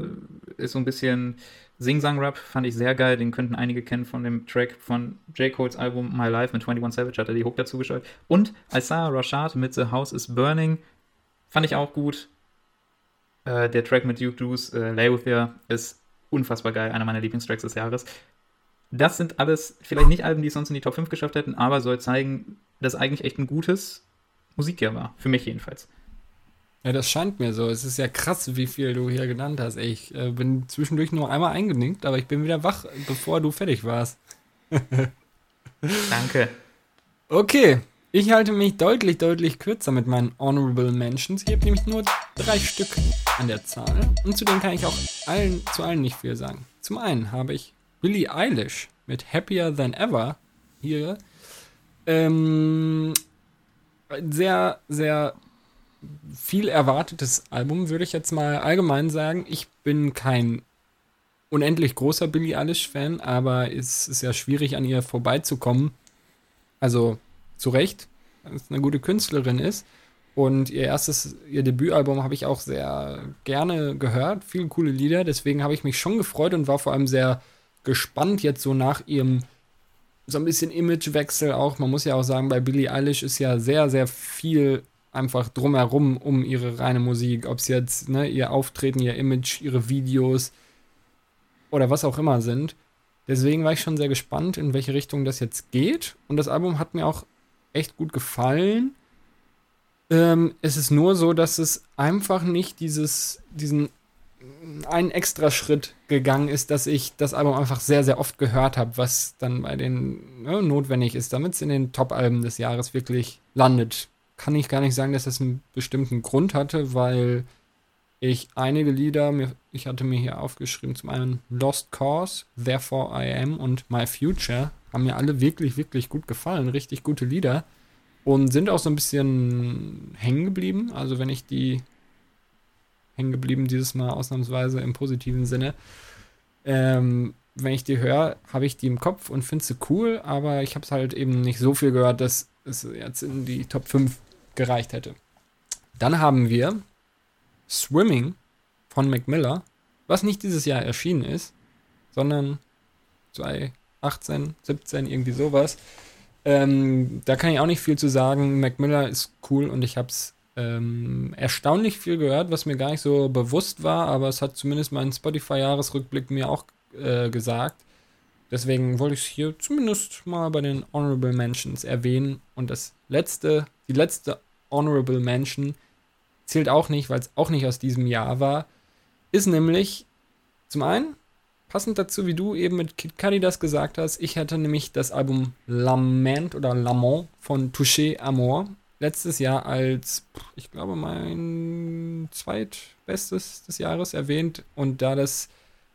ist so ein bisschen Sing-Sang-Rap, fand ich sehr geil. Den könnten einige kennen von dem Track von J. Cole's Album My Life mit 21 Savage, hat er die Hook dazu gestellt. Und Isaiah Rashad mit The House is Burning, fand ich auch gut. Der Track mit Duke Deuce, Lay With You, ist unfassbar geil, einer meiner Lieblingstracks des Jahres. Das sind alles vielleicht nicht Alben, die es sonst in die Top 5 geschafft hätten, aber soll zeigen, dass eigentlich echt ein gutes Musikjahr war. Für mich jedenfalls. Ja, das scheint mir so. Es ist ja krass, wie viel du hier genannt hast. Ich bin zwischendurch nur einmal eingenickt, aber ich bin wieder wach, bevor du fertig warst. Danke. Okay, ich halte mich deutlich, deutlich kürzer mit meinen Honorable Mentions. Ich habe nämlich nur 3 Stück an der Zahl. Und zu denen kann ich auch zu allen nicht viel sagen. Zum einen habe ich Billie Eilish mit Happier Than Ever hier. Sehr, sehr viel erwartetes Album, würde ich jetzt mal allgemein sagen. Ich bin kein unendlich großer Billie Eilish-Fan, aber es ist ja schwierig, an ihr vorbeizukommen. Also, zu Recht, dass es eine gute Künstlerin ist. Und ihr Debütalbum habe ich auch sehr gerne gehört. Viele coole Lieder. Deswegen habe ich mich schon gefreut und war vor allem sehr gespannt jetzt so nach ihrem so ein bisschen Imagewechsel auch. Man muss ja auch sagen, bei Billie Eilish ist ja sehr, sehr viel einfach drumherum um ihre reine Musik. Ob es jetzt ihr Auftreten, ihr Image, ihre Videos oder was auch immer sind. Deswegen war ich schon sehr gespannt, in welche Richtung das jetzt geht. Und das Album hat mir auch echt gut gefallen. Es ist nur so, dass es einfach nicht diesen einen extra Schritt gegangen ist, dass ich das Album einfach sehr, sehr oft gehört habe, was dann bei den notwendig ist, damit es in den Top-Alben des Jahres wirklich landet. Kann ich gar nicht sagen, dass das einen bestimmten Grund hatte, weil ich einige Lieder, ich hatte mir hier aufgeschrieben, zum einen Lost Cause, Therefore I Am und My Future, haben mir alle wirklich, wirklich gut gefallen. Richtig gute Lieder. Und sind auch so ein bisschen hängen geblieben. Also wenn ich die hängen geblieben dieses Mal ausnahmsweise im positiven Sinne. Wenn ich die höre, habe ich die im Kopf und finde sie cool, aber ich habe es halt eben nicht so viel gehört, dass es jetzt in die Top 5 gereicht hätte. Dann haben wir Swimming von Mac Miller, was nicht dieses Jahr erschienen ist, sondern 2018, 17, irgendwie sowas. Da kann ich auch nicht viel zu sagen. Mac Miller ist cool und ich habe es erstaunlich viel gehört, was mir gar nicht so bewusst war, aber es hat zumindest mein Spotify-Jahresrückblick mir auch gesagt. Deswegen wollte ich es hier zumindest mal bei den Honorable Mentions erwähnen. Und die letzte Honorable Mention zählt auch nicht, weil es auch nicht aus diesem Jahr war, ist nämlich zum einen passend dazu, wie du eben mit Kid Cudi das gesagt hast. Ich hatte nämlich das Album Lament oder Lamont von Touché Amore letztes Jahr als, ich glaube, mein zweitbestes des Jahres erwähnt. Und da das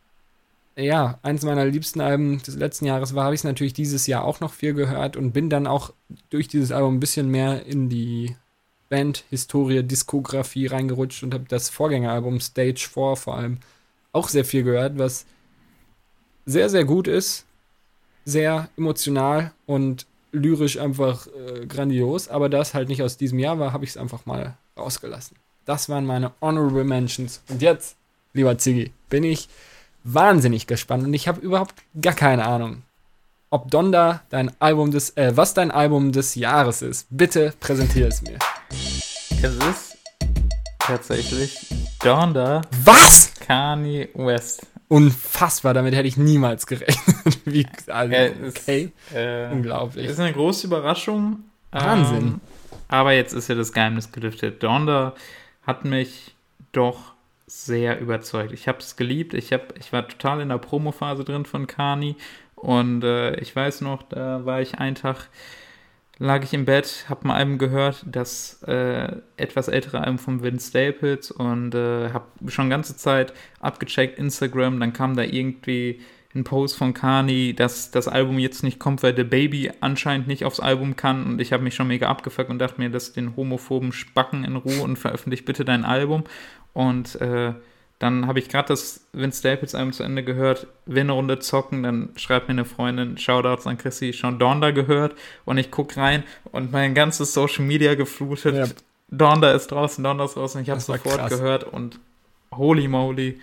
eins meiner liebsten Alben des letzten Jahres war, habe ich es natürlich dieses Jahr auch noch viel gehört und bin dann auch durch dieses Album ein bisschen mehr in die Band-Historie, Diskografie reingerutscht und habe das Vorgängeralbum Stage 4 vor allem auch sehr viel gehört, was sehr, sehr gut ist, sehr emotional und lyrisch einfach grandios, aber da es halt nicht aus diesem Jahr war, habe ich es einfach mal rausgelassen. Das waren meine Honorable Mentions. Und jetzt, lieber Ziggy, bin ich wahnsinnig gespannt und ich habe überhaupt gar keine Ahnung, ob Donda was dein Album des Jahres ist. Bitte präsentiere es mir. Es ist tatsächlich Donda. Was? Kanye West. Unfassbar, damit hätte ich niemals gerechnet. Okay. Unglaublich. Ist eine große Überraschung. Wahnsinn. Aber jetzt ist ja das Geheimnis gelüftet. Donda hat mich doch sehr überzeugt. Ich habe es geliebt. Ich war total in der Promophase drin von Kanye. Und ich weiß noch, da war ich einen Tag, lag ich im Bett, habe ein Album gehört, das etwas ältere Album von Vince Staples und habe schon ganze Zeit abgecheckt, Instagram, dann kam da irgendwie ein Post von Kanye, dass das Album jetzt nicht kommt, weil The Baby anscheinend nicht aufs Album kann und ich habe mich schon mega abgefuckt und dachte mir, lass den homophoben Spacken in Ruhe und veröffentlich bitte dein Album und dann habe ich gerade das Vince Staples Album zu Ende gehört, will eine Runde zocken, dann schreibt mir eine Freundin, Shoutouts an Chrissy, schon Donda gehört und ich gucke rein und mein ganzes Social Media geflutet. Ja. Donda ist draußen, ich habe es sofort krass gehört und holy moly,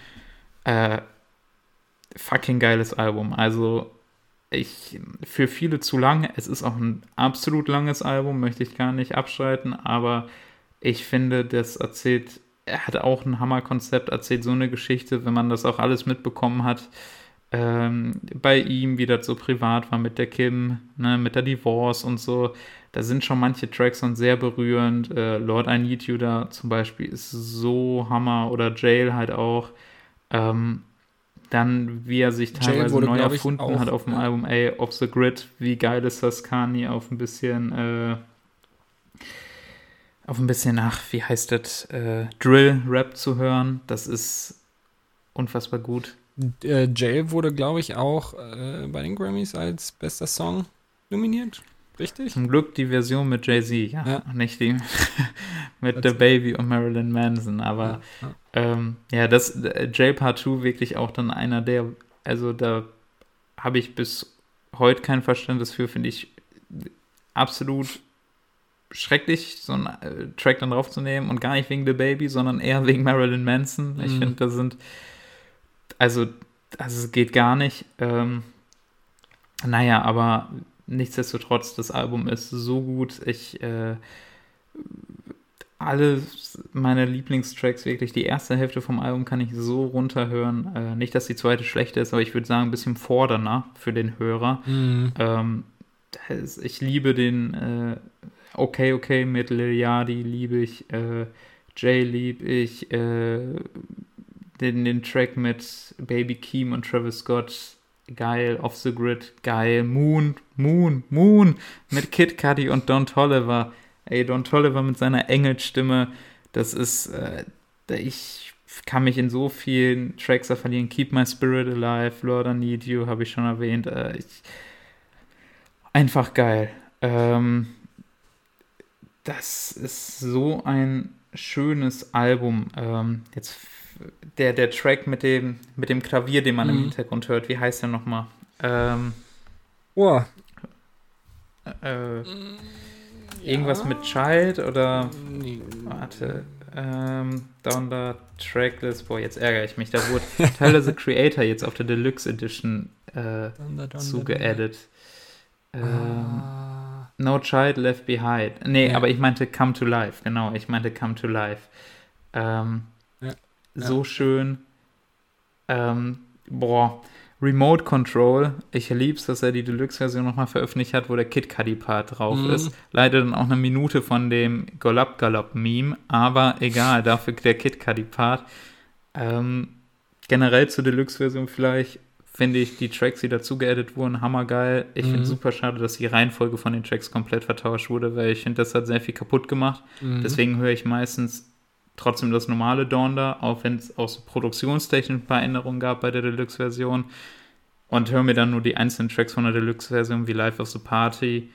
fucking geiles Album. Also für viele zu lang, es ist auch ein absolut langes Album, möchte ich gar nicht abstreiten, aber ich finde, er hat auch ein Hammerkonzept, erzählt so eine Geschichte, wenn man das auch alles mitbekommen hat, bei ihm, wie das so privat war mit der Kim, ne, mit der Divorce und so, da sind schon manche Tracks dann sehr berührend, Lord I Need You da zum Beispiel ist so Hammer oder Jail halt auch, dann wie er sich teilweise neu erfunden hat auf dem Album Off the Grid, wie geil ist das, Kanye auf ein bisschen wie heißt das, Drill-Rap zu hören. Das ist unfassbar gut. Jail wurde, glaube ich, auch bei den Grammys als bester Song nominiert. Richtig? Zum Glück die Version mit Jay-Z, ja. Nicht die mit The Baby und Marilyn Manson. Aber das Jail Part 2 wirklich auch dann einer der, also da habe ich bis heute kein Verständnis für, finde ich absolut schrecklich, so einen Track dann draufzunehmen und gar nicht wegen The Baby, sondern eher wegen Marilyn Manson. Ich finde, da sind, also es geht gar nicht. Naja, aber nichtsdestotrotz, das Album ist so gut. Alle meine Lieblingstracks, wirklich die erste Hälfte vom Album kann ich so runterhören. Nicht, dass die zweite schlecht ist, aber ich würde sagen, ein bisschen fordernder für den Hörer. Ich liebe den Okay mit Lil Yachty, liebe ich. Jay liebe ich. Den Track mit Baby Keem und Travis Scott, geil. Off the Grid, geil. Moon mit Kid Cudi und Don Toliver. Ey, Don Toliver mit seiner Engelsstimme, das ist, ich kann mich in so vielen Tracks verlieren. Keep My Spirit Alive, Lord I Need You, habe ich schon erwähnt. Einfach geil. Das ist so ein schönes Album. Jetzt der Track mit dem Klavier, den man im Hintergrund hört, wie heißt der nochmal? Irgendwas mit Child oder warte, Down the Tracklist, boah, jetzt ärgere ich mich, da wurde Tyler the Creator jetzt auf der Deluxe Edition zugeaddet. No Child Left Behind. Nee, aber ich meinte Come to Life, genau, so schön. Remote Control, ich lieb's, dass er die Deluxe-Version nochmal veröffentlicht hat, wo der Kid Cudi-Part drauf ist. Leider dann auch eine Minute von dem Golab-Galop-Meme, aber egal, dafür der Kid Cudi-Part. Generell zur Deluxe-Version vielleicht finde ich die Tracks, die dazu geedit wurden, hammergeil. Ich finde es super schade, dass die Reihenfolge von den Tracks komplett vertauscht wurde, weil ich finde, das hat sehr viel kaputt gemacht. Deswegen höre ich meistens trotzdem das normale Donda, auch wenn es auch so produktionstechnisch ein paar Änderungen gab bei der Deluxe-Version, und höre mir dann nur die einzelnen Tracks von der Deluxe-Version wie Life of the Party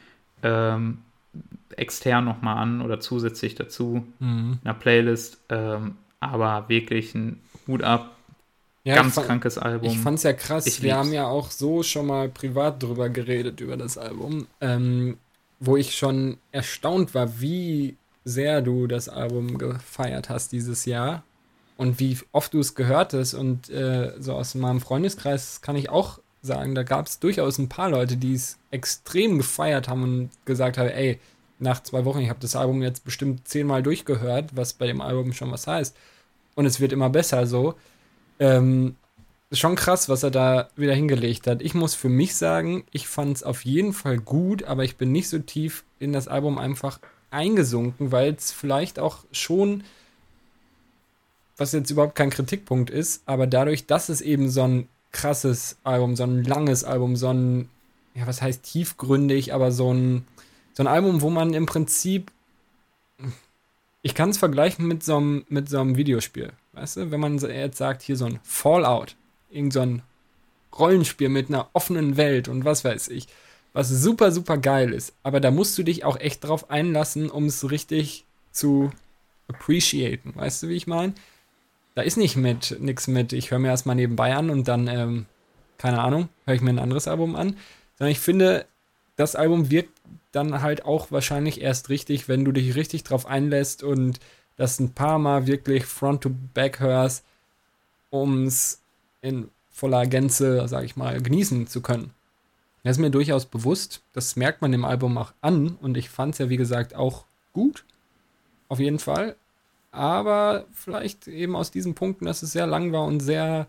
extern nochmal an oder zusätzlich dazu in einer Playlist, aber wirklich ein Hut ab, ganz krankes Album. Ich fand's ja krass, wir haben ja auch so schon mal privat drüber geredet, über das Album, wo ich schon erstaunt war, wie sehr du das Album gefeiert hast dieses Jahr und wie oft du es gehört hast, und so aus meinem Freundeskreis kann ich auch sagen, da gab es durchaus ein paar Leute, die es extrem gefeiert haben und gesagt haben, ey, nach 2 Wochen, ich habe das Album jetzt bestimmt 10-mal durchgehört, was bei dem Album schon was heißt, und es wird immer besser so. Ist schon krass, was er da wieder hingelegt hat. Ich muss für mich sagen, ich fand es auf jeden Fall gut, aber ich bin nicht so tief in das Album einfach eingesunken, weil es vielleicht auch schon, was jetzt überhaupt kein Kritikpunkt ist, aber dadurch, dass es eben so ein krasses Album, so ein langes Album, so ein, ja, was heißt tiefgründig, aber so ein Album, wo man im Prinzip, ich kann es vergleichen mit so einem Videospiel, weißt du, wenn man jetzt sagt, hier so ein Fallout, irgend so ein Rollenspiel mit einer offenen Welt und was weiß ich, was super, super geil ist. Aber da musst du dich auch echt drauf einlassen, um es richtig zu appreciaten. Weißt du, wie ich meine? Da ist nichts mit, ich höre mir erstmal nebenbei an und dann, keine Ahnung, höre ich mir ein anderes Album an. Sondern ich finde, das Album wirkt dann halt auch wahrscheinlich erst richtig, wenn du dich richtig drauf einlässt und das ein paar Mal wirklich front to back hörst, um es in voller Gänze, sag ich mal, genießen zu können. Das ist mir durchaus bewusst, das merkt man dem Album auch an, und ich fand es ja, wie gesagt, auch gut, auf jeden Fall, aber vielleicht eben aus diesen Punkten, dass es sehr lang war und sehr,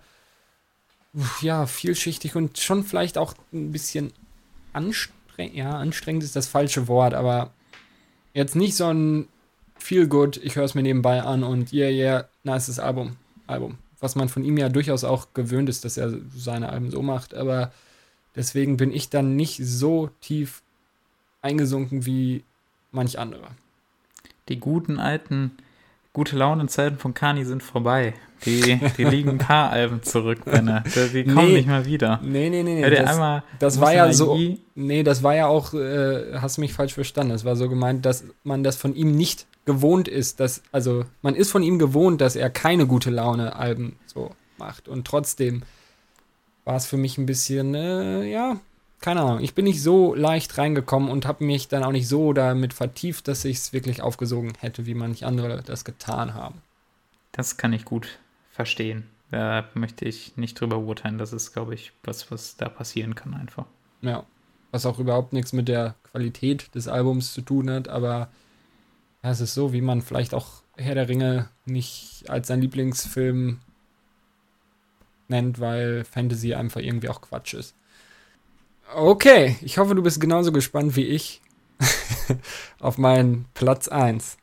ja, vielschichtig und schon vielleicht auch ein bisschen anstrengend, ja, anstrengend ist das falsche Wort, aber jetzt nicht so ein Feel Good, ich höre es mir nebenbei an und yeah, nice Album, was man von ihm ja durchaus auch gewöhnt ist, dass er seine Alben so macht, aber deswegen bin ich dann nicht so tief eingesunken wie manch andere. Die guten alten Gute-Laune-Zeiten von Kani sind vorbei. Die liegen ein paar Alben zurück, Benne. Die kommen nicht mal wieder. Nee. Das war ja so. Nee, das war ja auch, hast mich falsch verstanden. Es war so gemeint, dass man das von ihm nicht gewohnt ist. Also, man ist von ihm gewohnt, dass er keine Gute-Laune-Alben so macht. Und trotzdem war es für mich ein bisschen, ja, keine Ahnung, ich bin nicht so leicht reingekommen und habe mich dann auch nicht so damit vertieft, dass ich es wirklich aufgesogen hätte, wie manch andere das getan haben. Das kann ich gut verstehen. Da möchte ich nicht drüber urteilen. Das ist, glaube ich, was da passieren kann einfach. Ja, was auch überhaupt nichts mit der Qualität des Albums zu tun hat, aber ja, es ist so, wie man vielleicht auch Herr der Ringe nicht als sein Lieblingsfilm nennt, weil Fantasy einfach irgendwie auch Quatsch ist. Okay, ich hoffe, du bist genauso gespannt wie ich auf meinen Platz 1.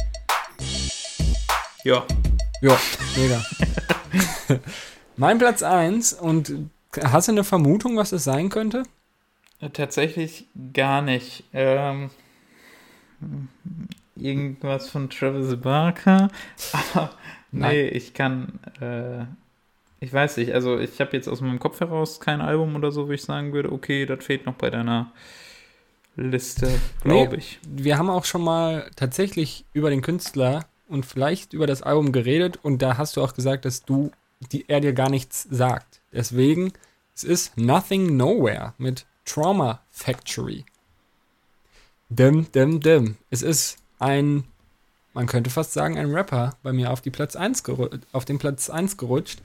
Ja. Ja, mega. Mein Platz 1, und hast du eine Vermutung, was es sein könnte? Tatsächlich gar nicht. Irgendwas von Travis Barker. Aber nee, ich kann, ich weiß nicht, also ich habe jetzt aus meinem Kopf heraus kein Album oder so, wo ich sagen würde, okay, das fehlt noch bei deiner Liste, glaube ich. Wir haben auch schon mal tatsächlich über den Künstler und vielleicht über das Album geredet und da hast du auch gesagt, dass er dir gar nichts sagt. Deswegen, es ist Nothing Nowhere mit Trauma Factory. Es ist man könnte fast sagen, ein Rapper bei mir auf den Platz 1 gerutscht.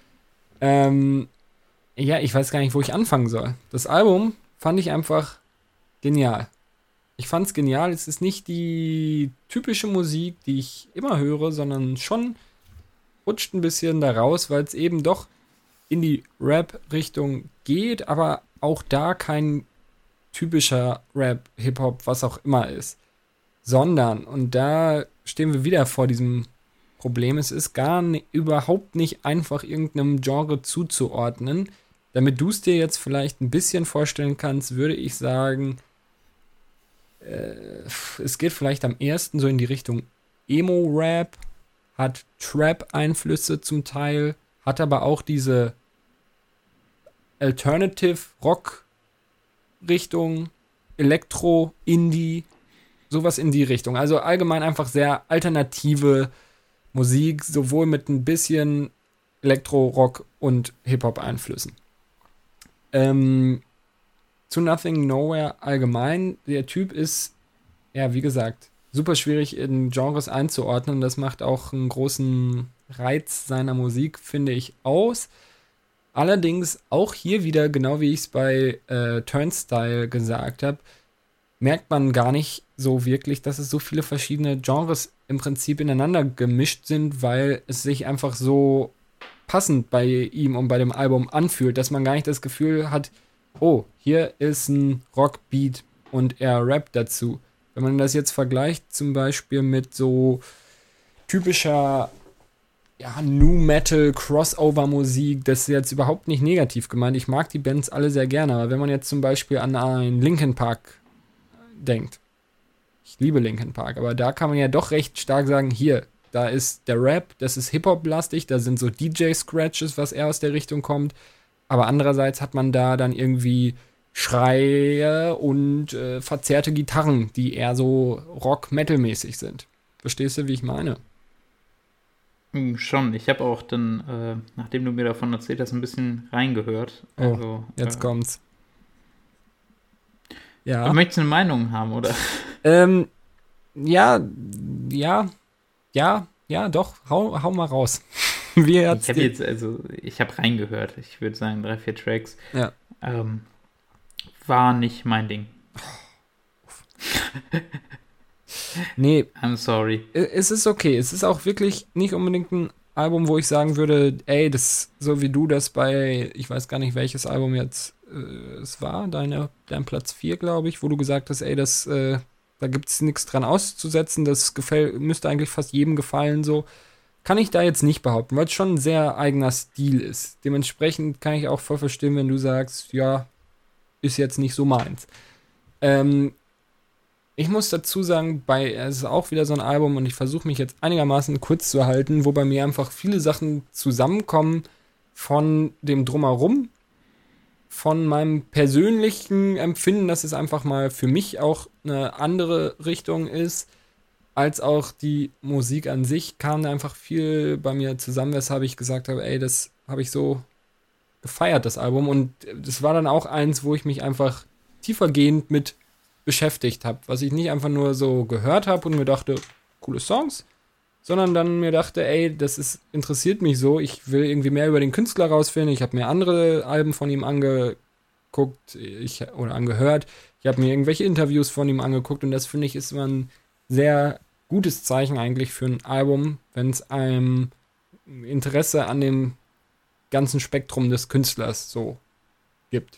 Ja, ich weiß gar nicht, wo ich anfangen soll. Das Album fand ich einfach genial. Ich fand es genial. Es ist nicht die typische Musik, die ich immer höre, sondern schon rutscht ein bisschen da raus, weil es eben doch in die Rap-Richtung geht, aber auch da kein typischer Rap, Hip-Hop, was auch immer ist. Sondern, und da stehen wir wieder vor diesem Problem, es ist überhaupt nicht einfach irgendeinem Genre zuzuordnen. Damit du es dir jetzt vielleicht ein bisschen vorstellen kannst, würde ich sagen, es geht vielleicht am ehesten so in die Richtung Emo-Rap, hat Trap-Einflüsse zum Teil, hat aber auch diese Alternative-Rock-Richtung, Elektro, Indie, sowas in die Richtung. Also allgemein einfach sehr alternative Musik, sowohl mit ein bisschen Elektro, Rock und Hip-Hop-Einflüssen. Zu Nothing Nowhere allgemein, der Typ ist, ja, wie gesagt, super schwierig in Genres einzuordnen. Das macht auch einen großen Reiz seiner Musik, finde ich, aus. Allerdings auch hier wieder, genau wie ich es bei Turnstile gesagt habe, merkt man gar nicht so wirklich, dass es so viele verschiedene Genres im Prinzip ineinander gemischt sind, weil es sich einfach so passend bei ihm und bei dem Album anfühlt, dass man gar nicht das Gefühl hat, oh, hier ist ein Rockbeat und er rappt dazu. Wenn man das jetzt vergleicht zum Beispiel mit so typischer Nu-Metal-Crossover-Musik, das ist jetzt überhaupt nicht negativ gemeint. Ich mag die Bands alle sehr gerne, aber wenn man jetzt zum Beispiel an einen Linkin Park denkt, ich liebe Linkin Park, aber da kann man ja doch recht stark sagen, hier, da ist der Rap, das ist Hip-Hop-lastig, da sind so DJ-Scratches, was eher aus der Richtung kommt, aber andererseits hat man da dann irgendwie Schreie und verzerrte Gitarren, die eher so Rock-Metal-mäßig sind. Verstehst du, wie ich meine? Schon. Ich habe auch dann, nachdem du mir davon erzählt hast, ein bisschen reingehört. Also, jetzt kommt's. Ja. Du möchtest eine Meinung haben, oder? Ja, doch. Hau mal raus. Ich habe reingehört. Ich würde sagen 3-4 Tracks. Ja. War nicht mein Ding. Nee. I'm sorry. Es ist okay. Es ist auch wirklich nicht unbedingt ein Album, wo ich sagen würde, ey, das, so wie du das bei, ich weiß gar nicht, welches Album jetzt es war, dein Platz 4, glaube ich, wo du gesagt hast, ey, das, da gibt es nichts dran auszusetzen, das müsste eigentlich fast jedem gefallen, so. Kann ich da jetzt nicht behaupten, weil es schon ein sehr eigener Stil ist. Dementsprechend kann ich auch voll verstehen, wenn du sagst, ja, ist jetzt nicht so meins. Ich muss dazu sagen, es ist auch wieder so ein Album und ich versuche mich jetzt einigermaßen kurz zu halten, wo bei mir einfach viele Sachen zusammenkommen von dem Drumherum, von meinem persönlichen Empfinden, dass es einfach mal für mich auch eine andere Richtung ist, als auch die Musik an sich, kam da einfach viel bei mir zusammen, weshalb ich gesagt habe, ey, das habe ich so gefeiert, das Album. Und das war dann auch eins, wo ich mich einfach tiefergehend mit beschäftigt habe. Was ich nicht einfach nur so gehört habe und mir dachte, coole Songs, sondern dann mir dachte, ey, interessiert mich so. Ich will irgendwie mehr über den Künstler rausfinden. Ich habe mir andere Alben von ihm angehört. Ich habe mir irgendwelche Interviews von ihm angeguckt und das finde ich ist immer ein sehr gutes Zeichen eigentlich für ein Album, wenn es einem Interesse an dem ganzen Spektrum des Künstlers so gibt.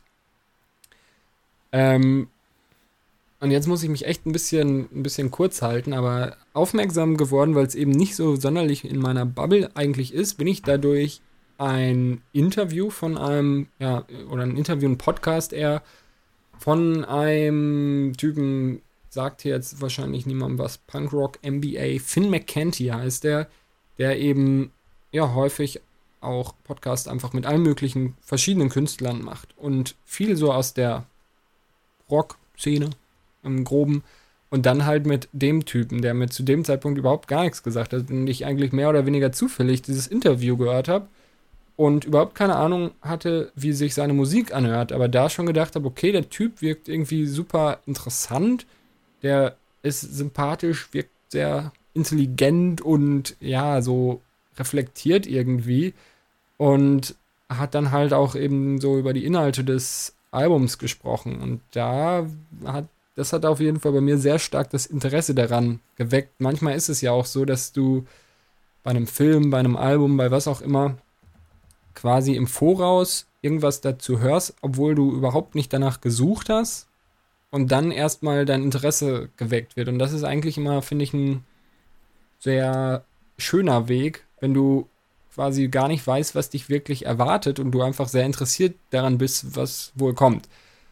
Und jetzt muss ich mich echt ein bisschen kurz halten, aber aufmerksam geworden, weil es eben nicht so sonderlich in meiner Bubble eigentlich ist, bin ich dadurch ein Interview von einem, ja, oder ein Interview, ein Podcast eher, von einem Typen, sagt hier jetzt wahrscheinlich niemandem was, Punkrock MBA, Finn McKenty heißt der eben ja häufig auch Podcast einfach mit allen möglichen verschiedenen Künstlern macht und viel so aus der Rock-Szene im Groben und dann halt mit dem Typen, der mir zu dem Zeitpunkt überhaupt gar nichts gesagt hat und ich eigentlich mehr oder weniger zufällig dieses Interview gehört habe und überhaupt keine Ahnung hatte, wie sich seine Musik anhört, aber da schon gedacht habe, okay, der Typ wirkt irgendwie super interessant, der ist sympathisch, wirkt sehr intelligent und ja, so reflektiert irgendwie und hat dann halt auch eben so über die Inhalte des Albums gesprochen und das hat auf jeden Fall bei mir sehr stark das Interesse daran geweckt. Manchmal ist es ja auch so, dass du bei einem Film, bei einem Album, bei was auch immer, quasi im Voraus irgendwas dazu hörst, obwohl du überhaupt nicht danach gesucht hast und dann erstmal dein Interesse geweckt wird. Und das ist eigentlich immer, finde ich, ein sehr schöner Weg, wenn du quasi gar nicht weißt, was dich wirklich erwartet und du einfach sehr interessiert daran bist, was wohl kommt.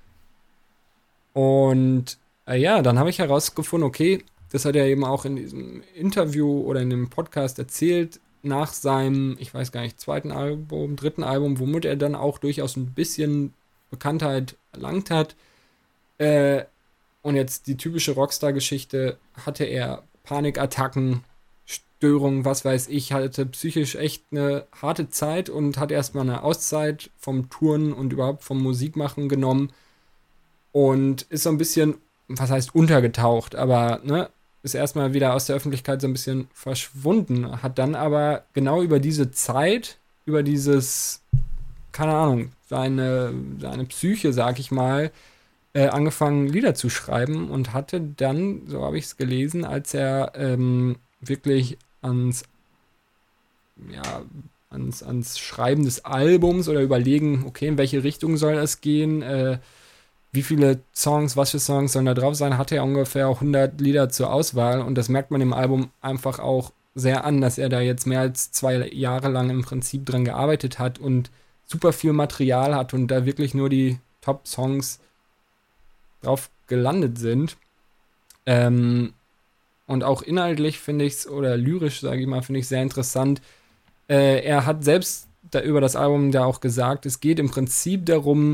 Und ja, dann habe ich herausgefunden, okay, das hat er eben auch in diesem Interview oder in dem Podcast erzählt, nach seinem, ich weiß gar nicht, dritten Album, womit er dann auch durchaus ein bisschen Bekanntheit erlangt hat. Und jetzt die typische Rockstar-Geschichte, hatte er Panikattacken, Störungen, was weiß ich, hatte psychisch echt eine harte Zeit und hat erstmal eine Auszeit vom Touren und überhaupt vom Musikmachen genommen und ist so ein bisschen, was heißt untergetaucht, aber ne, ist erstmal wieder aus der Öffentlichkeit so ein bisschen verschwunden, hat dann aber genau über diese Zeit, über dieses, keine Ahnung, seine Psyche, sag ich mal, angefangen Lieder zu schreiben und hatte dann, so habe ich es gelesen, als er wirklich ans Schreiben des Albums oder überlegen, okay, in welche Richtung soll es gehen, wie viele Songs, was für Songs sollen da drauf sein, hatte er ungefähr 100 Lieder zur Auswahl und das merkt man im Album einfach auch sehr an, dass er da jetzt mehr als 2 Jahre lang im Prinzip dran gearbeitet hat und super viel Material hat und da wirklich nur die Top-Songs drauf gelandet sind. Und auch inhaltlich finde ich es, oder lyrisch, sage ich mal, finde ich sehr interessant. Er hat selbst über das Album da auch gesagt, es geht im Prinzip darum,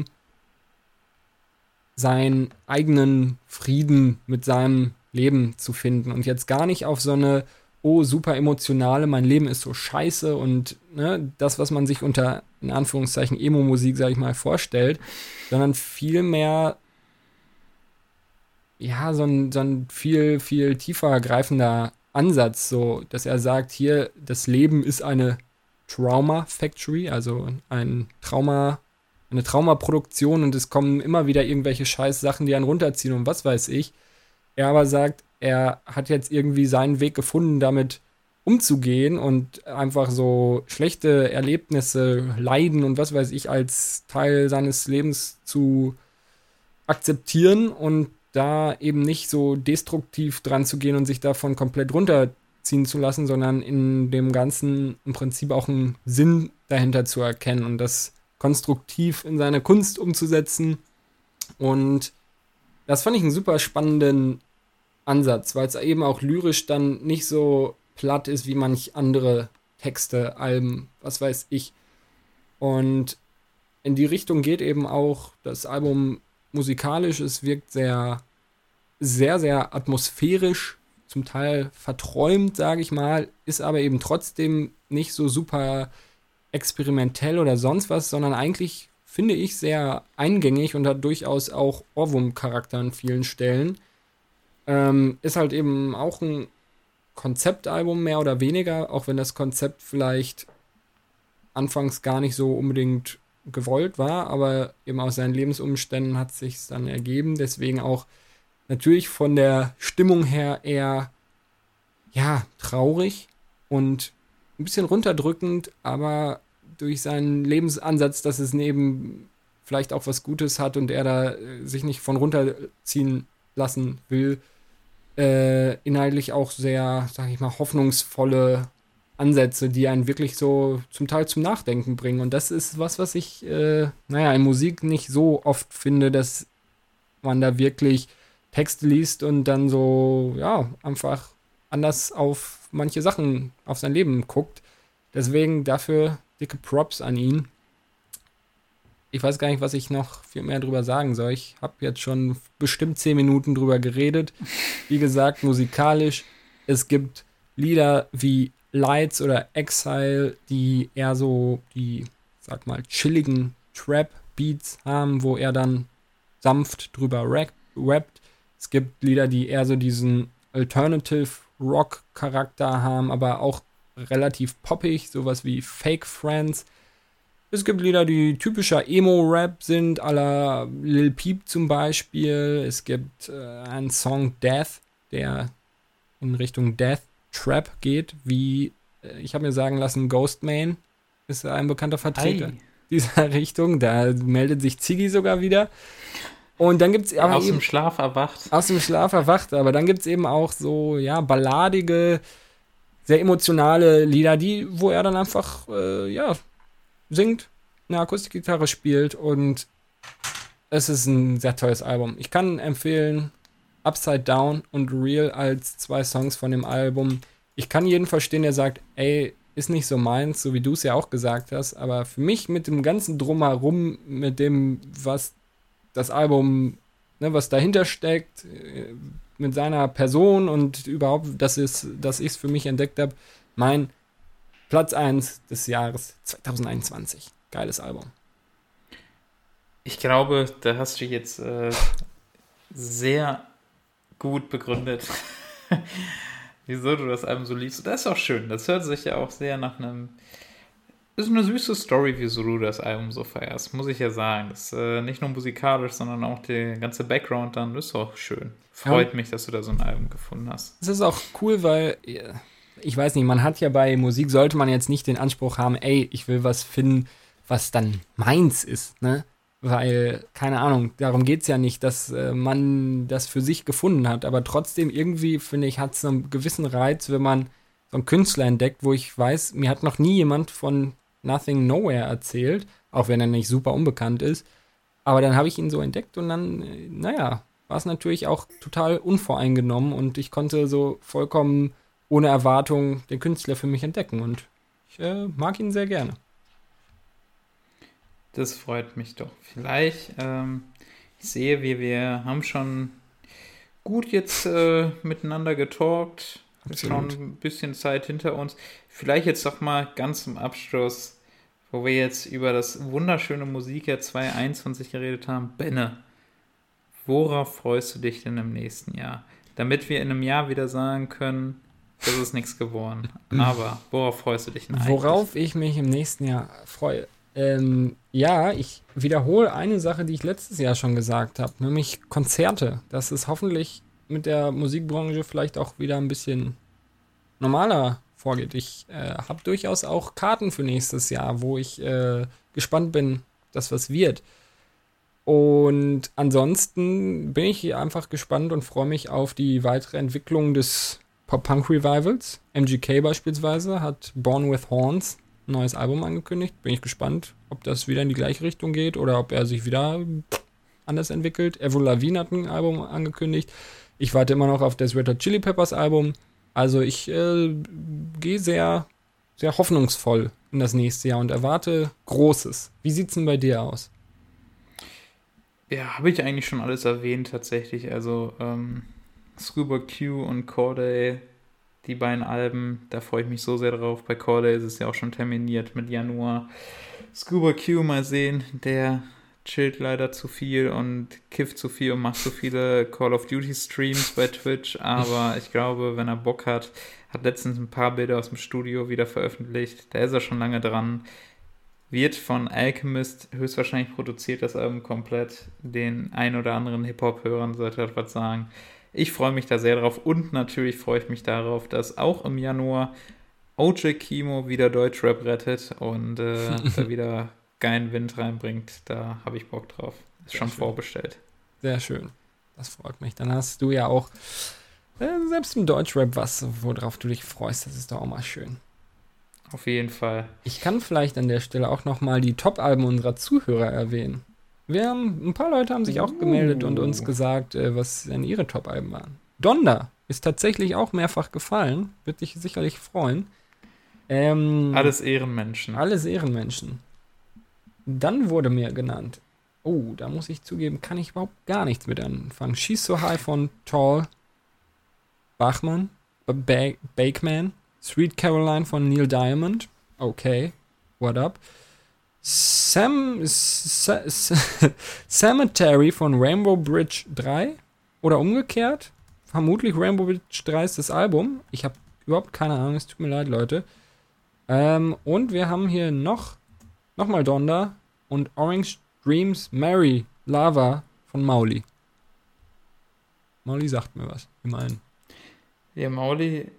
seinen eigenen Frieden mit seinem Leben zu finden und jetzt gar nicht auf so eine, oh, super emotionale, mein Leben ist so scheiße und ne, das, was man sich unter, in Anführungszeichen, Emo-Musik, sag ich mal, vorstellt, sondern vielmehr, ja, so ein viel, viel tiefer greifender Ansatz, so, dass er sagt, hier, das Leben ist eine Trauma Factory, also eine Traumaproduktion und es kommen immer wieder irgendwelche scheiß Sachen, die einen runterziehen und was weiß ich. Er aber sagt, er hat jetzt irgendwie seinen Weg gefunden, damit umzugehen und einfach so schlechte Erlebnisse, Leiden und was weiß ich als Teil seines Lebens zu akzeptieren und da eben nicht so destruktiv dran zu gehen und sich davon komplett runterziehen zu lassen, sondern in dem Ganzen im Prinzip auch einen Sinn dahinter zu erkennen und das konstruktiv in seine Kunst umzusetzen. Und das fand ich einen super spannenden Ansatz, weil es eben auch lyrisch dann nicht so platt ist wie manch andere Texte, Alben, was weiß ich. Und in die Richtung geht eben auch das Album musikalisch. Es wirkt sehr, sehr, sehr atmosphärisch, zum Teil verträumt, sage ich mal, ist aber eben trotzdem nicht so super experimentell oder sonst was, sondern eigentlich, finde ich, sehr eingängig und hat durchaus auch Ohrwurm-Charakter an vielen Stellen. Ist halt eben auch ein Konzeptalbum mehr oder weniger, auch wenn das Konzept vielleicht anfangs gar nicht so unbedingt gewollt war, aber eben aus seinen Lebensumständen hat sich dann ergeben. Deswegen auch natürlich von der Stimmung her eher, ja, traurig und ein bisschen runterdrückend, aber durch seinen Lebensansatz, dass es neben vielleicht auch was Gutes hat und er da sich nicht von runterziehen lassen will, inhaltlich auch sehr, sag ich mal, hoffnungsvolle Ansätze, die einen wirklich so zum Teil zum Nachdenken bringen. Und das ist was ich, in Musik nicht so oft finde, dass man da wirklich Texte liest und dann so, ja, einfach anders auf manche Sachen, auf sein Leben guckt. Deswegen dafür dicke Props an ihn. Ich weiß gar nicht, was ich noch viel mehr drüber sagen soll. Ich habe jetzt schon bestimmt 10 Minuten drüber geredet. Wie gesagt, musikalisch. Es gibt Lieder wie Lights oder Exile, die eher so die, sag mal, chilligen Trap-Beats haben, wo er dann sanft drüber rappt. Es gibt Lieder, die eher so diesen Alternative-Rock-Charakter haben, aber auch relativ poppig, sowas wie Fake Friends. Es gibt Lieder, die typischer Emo-Rap sind, à la Lil Peep zum Beispiel. Es gibt einen Song Death, der in Richtung Death Trap geht, wie ich habe mir sagen lassen, Ghostman ist ein bekannter Vertreter dieser Richtung. Da meldet sich Ziggy sogar wieder. Und dann gibt's aber aus dem Schlaf erwacht. Aus dem Schlaf erwacht, aber dann gibt's eben auch so, ja, balladige, sehr emotionale Lieder, wo er dann einfach, singt, eine Akustikgitarre spielt und es ist ein sehr tolles Album. Ich kann empfehlen Upside Down und Real als 2 Songs von dem Album. Ich kann jeden verstehen, der sagt, ey, ist nicht so meins, so wie du es ja auch gesagt hast, aber für mich mit dem ganzen Drumherum, mit dem, was das Album, ne, was dahinter steckt, mit seiner Person und überhaupt, dass ich es für mich entdeckt habe, mein Platz 1 des Jahres 2021. Geiles Album. Ich glaube, da hast du jetzt sehr gut begründet, wieso du das Album so liebst. Und das ist auch schön. Das hört sich ja auch sehr nach einem... Das ist eine süße Story, wieso du das Album so feierst, muss ich ja sagen. Das ist nicht nur musikalisch, sondern auch der ganze Background dann ist auch schön. Freut mich, dass du da so ein Album gefunden hast. Es ist auch cool, weil... Ich weiß nicht, man hat ja bei Musik, sollte man jetzt nicht den Anspruch haben, ey, ich will was finden, was dann meins ist, ne? Weil, keine Ahnung, darum geht's ja nicht, dass man das für sich gefunden hat, aber trotzdem irgendwie, finde ich, hat es einen gewissen Reiz, wenn man so einen Künstler entdeckt, wo ich weiß, mir hat noch nie jemand von Nothing Nowhere erzählt, auch wenn er nicht super unbekannt ist, aber dann habe ich ihn so entdeckt und dann, war es natürlich auch total unvoreingenommen und ich konnte so vollkommen ohne Erwartung den Künstler für mich entdecken und ich mag ihn sehr gerne. Das freut mich doch. Vielleicht, ich sehe, wir haben schon gut jetzt miteinander getalkt, schon ein bisschen Zeit hinter uns. Vielleicht jetzt doch mal ganz zum Abschluss, wo wir jetzt über das wunderschöne Musikjahr 2021 geredet haben. Benne, worauf freust du dich denn im nächsten Jahr? Damit wir in einem Jahr wieder sagen können, das ist nichts geworden. Aber worauf freust du dich denn eigentlich? Worauf ich mich im nächsten Jahr freue? Ich wiederhole eine Sache, die ich letztes Jahr schon gesagt habe, nämlich Konzerte. Dass es hoffentlich mit der Musikbranche vielleicht auch wieder ein bisschen normaler vorgeht. Ich habe durchaus auch Karten für nächstes Jahr, wo ich gespannt bin, dass was wird. Und ansonsten bin ich hier einfach gespannt und freue mich auf die weitere Entwicklung des Pop-Punk-Revivals. MGK beispielsweise hat Born with Horns ein neues Album angekündigt. Bin ich gespannt, ob das wieder in die gleiche Richtung geht oder ob er sich wieder anders entwickelt. Avril Lavigne hat ein Album angekündigt. Ich warte immer noch auf das Red Hot Chili Peppers Album. Also ich gehe sehr, sehr hoffnungsvoll in das nächste Jahr und erwarte Großes. Wie sieht's denn bei dir aus? Ja, habe ich eigentlich schon alles erwähnt tatsächlich. Also Scuba Q und Corday, die beiden Alben, da freue ich mich so sehr drauf. Bei Corday ist es ja auch schon terminiert mit Januar. Scuba Q, mal sehen, der chillt leider zu viel und kifft zu viel und macht zu viele Call of Duty Streams bei Twitch, aber ich glaube, wenn er Bock hat letztens ein paar Bilder aus dem Studio wieder veröffentlicht, da ist er schon lange dran, wird von Alchemist höchstwahrscheinlich produziert, das Album komplett, den ein oder anderen Hip-Hop-Hörern sollte das was sagen. Ich freue mich da sehr drauf und natürlich freue ich mich darauf, dass auch im Januar OJ Kimo wieder Deutschrap rettet und da wieder geilen Wind reinbringt. Da habe ich Bock drauf. Ist sehr schon schön. Vorbestellt. Sehr schön. Das freut mich. Dann hast du ja auch selbst im Deutschrap was, worauf du dich freust. Das ist doch auch mal schön. Auf jeden Fall. Ich kann vielleicht an der Stelle auch nochmal die Top-Alben unserer Zuhörer erwähnen. Ein paar Leute haben sich auch gemeldet und uns gesagt, was denn ihre Top-Alben waren. Donda ist tatsächlich auch mehrfach gefallen. Wird dich sicherlich freuen. Alles Ehrenmenschen. Alles Ehrenmenschen. Dann wurde mir genannt, da muss ich zugeben, kann ich überhaupt gar nichts mit anfangen. She's So High von Tall, Bachmann, Bakeman, Sweet Caroline von Neil Diamond, okay, what up? Cemetery von Rainbow Bridge 3 oder umgekehrt, vermutlich Rainbow Bridge 3 ist das Album. Ich habe überhaupt keine Ahnung, es tut mir leid, Leute. Und wir haben hier nochmal Donda und Orange Dreams Mary Lava von Mauli. Mauli sagt mir was, immerhin. Ja, Mauli,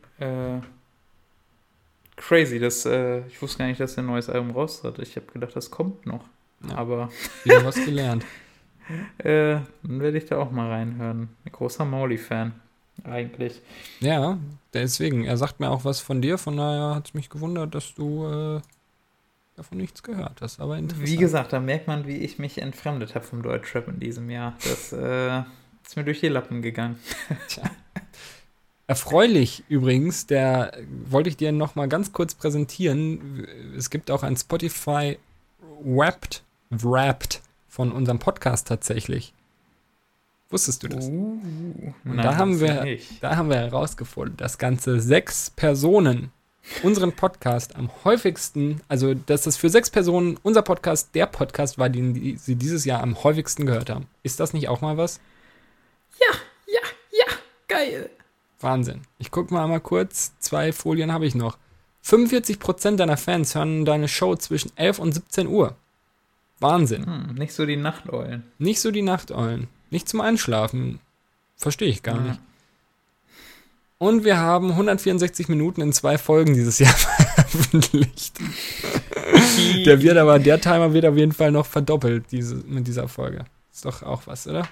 crazy, ich wusste gar nicht, dass er ein neues Album raus hat. Ich habe gedacht, das kommt noch. Ja, aber wieder was gelernt. Dann werde ich da auch mal reinhören. Ein großer Mauli-Fan, eigentlich. Ja, deswegen. Er sagt mir auch was von dir, von daher hat es mich gewundert, dass du davon nichts gehört hast, aber interessant. Wie gesagt, da merkt man, wie ich mich entfremdet habe vom Deutschrap in diesem Jahr. Das ist mir durch die Lappen gegangen. Tja. Erfreulich übrigens, der wollte ich dir noch mal ganz kurz präsentieren. Es gibt auch ein Spotify Wrapped von unserem Podcast tatsächlich. Wusstest du das? Und nein, da haben wir herausgefunden, dass ganze 6 Personen unseren Podcast am häufigsten, also dass das für 6 Personen unser Podcast der Podcast war, den sie dieses Jahr am häufigsten gehört haben. Ist das nicht auch mal was? Ja, geil. Wahnsinn. Ich gucke mal einmal kurz, 2 Folien habe ich noch. 45% deiner Fans hören deine Show zwischen 11 und 17 Uhr. Wahnsinn. Nicht so die Nachteulen. Nicht so die Nachteulen. Nicht zum Einschlafen. Verstehe ich gar nicht. Und wir haben 164 Minuten in 2 Folgen dieses Jahr veröffentlicht. Der Timer wird auf jeden Fall noch verdoppelt mit dieser Folge. Ist doch auch was, oder?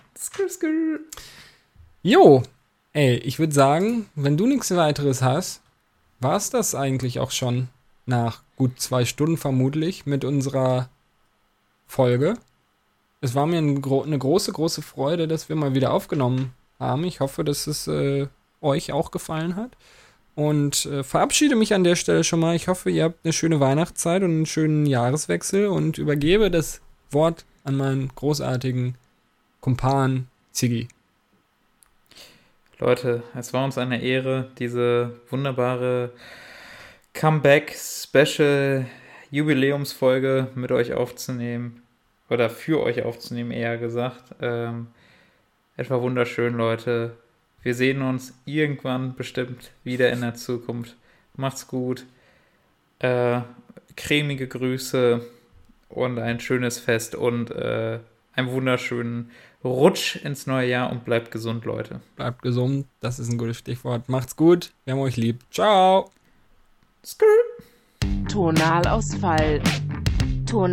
Jo. Ey, ich würde sagen, wenn du nichts weiteres hast, war es das eigentlich auch schon nach gut 2 Stunden vermutlich mit unserer Folge. Es war mir eine große Freude, dass wir mal wieder aufgenommen haben. Ich hoffe, dass es euch auch gefallen hat. Und verabschiede mich an der Stelle schon mal. Ich hoffe, ihr habt eine schöne Weihnachtszeit und einen schönen Jahreswechsel und übergebe das Wort an meinen großartigen Kumpan Ziggy. Leute, es war uns eine Ehre, diese wunderbare Comeback-Special-Jubiläumsfolge mit euch aufzunehmen. Oder für euch aufzunehmen, eher gesagt. Es war wunderschön, Leute. Wir sehen uns irgendwann bestimmt wieder in der Zukunft. Macht's gut. Cremige Grüße und ein schönes Fest und einen wunderschönen Rutsch ins neue Jahr und bleibt gesund, Leute. Bleibt gesund, das ist ein gutes Stichwort. Macht's gut, wir haben euch lieb. Ciao. Tonalausfall.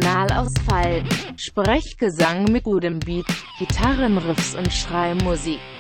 Sprechgesang mit gutem Beat, Gitarrenriffs und Schreimusik.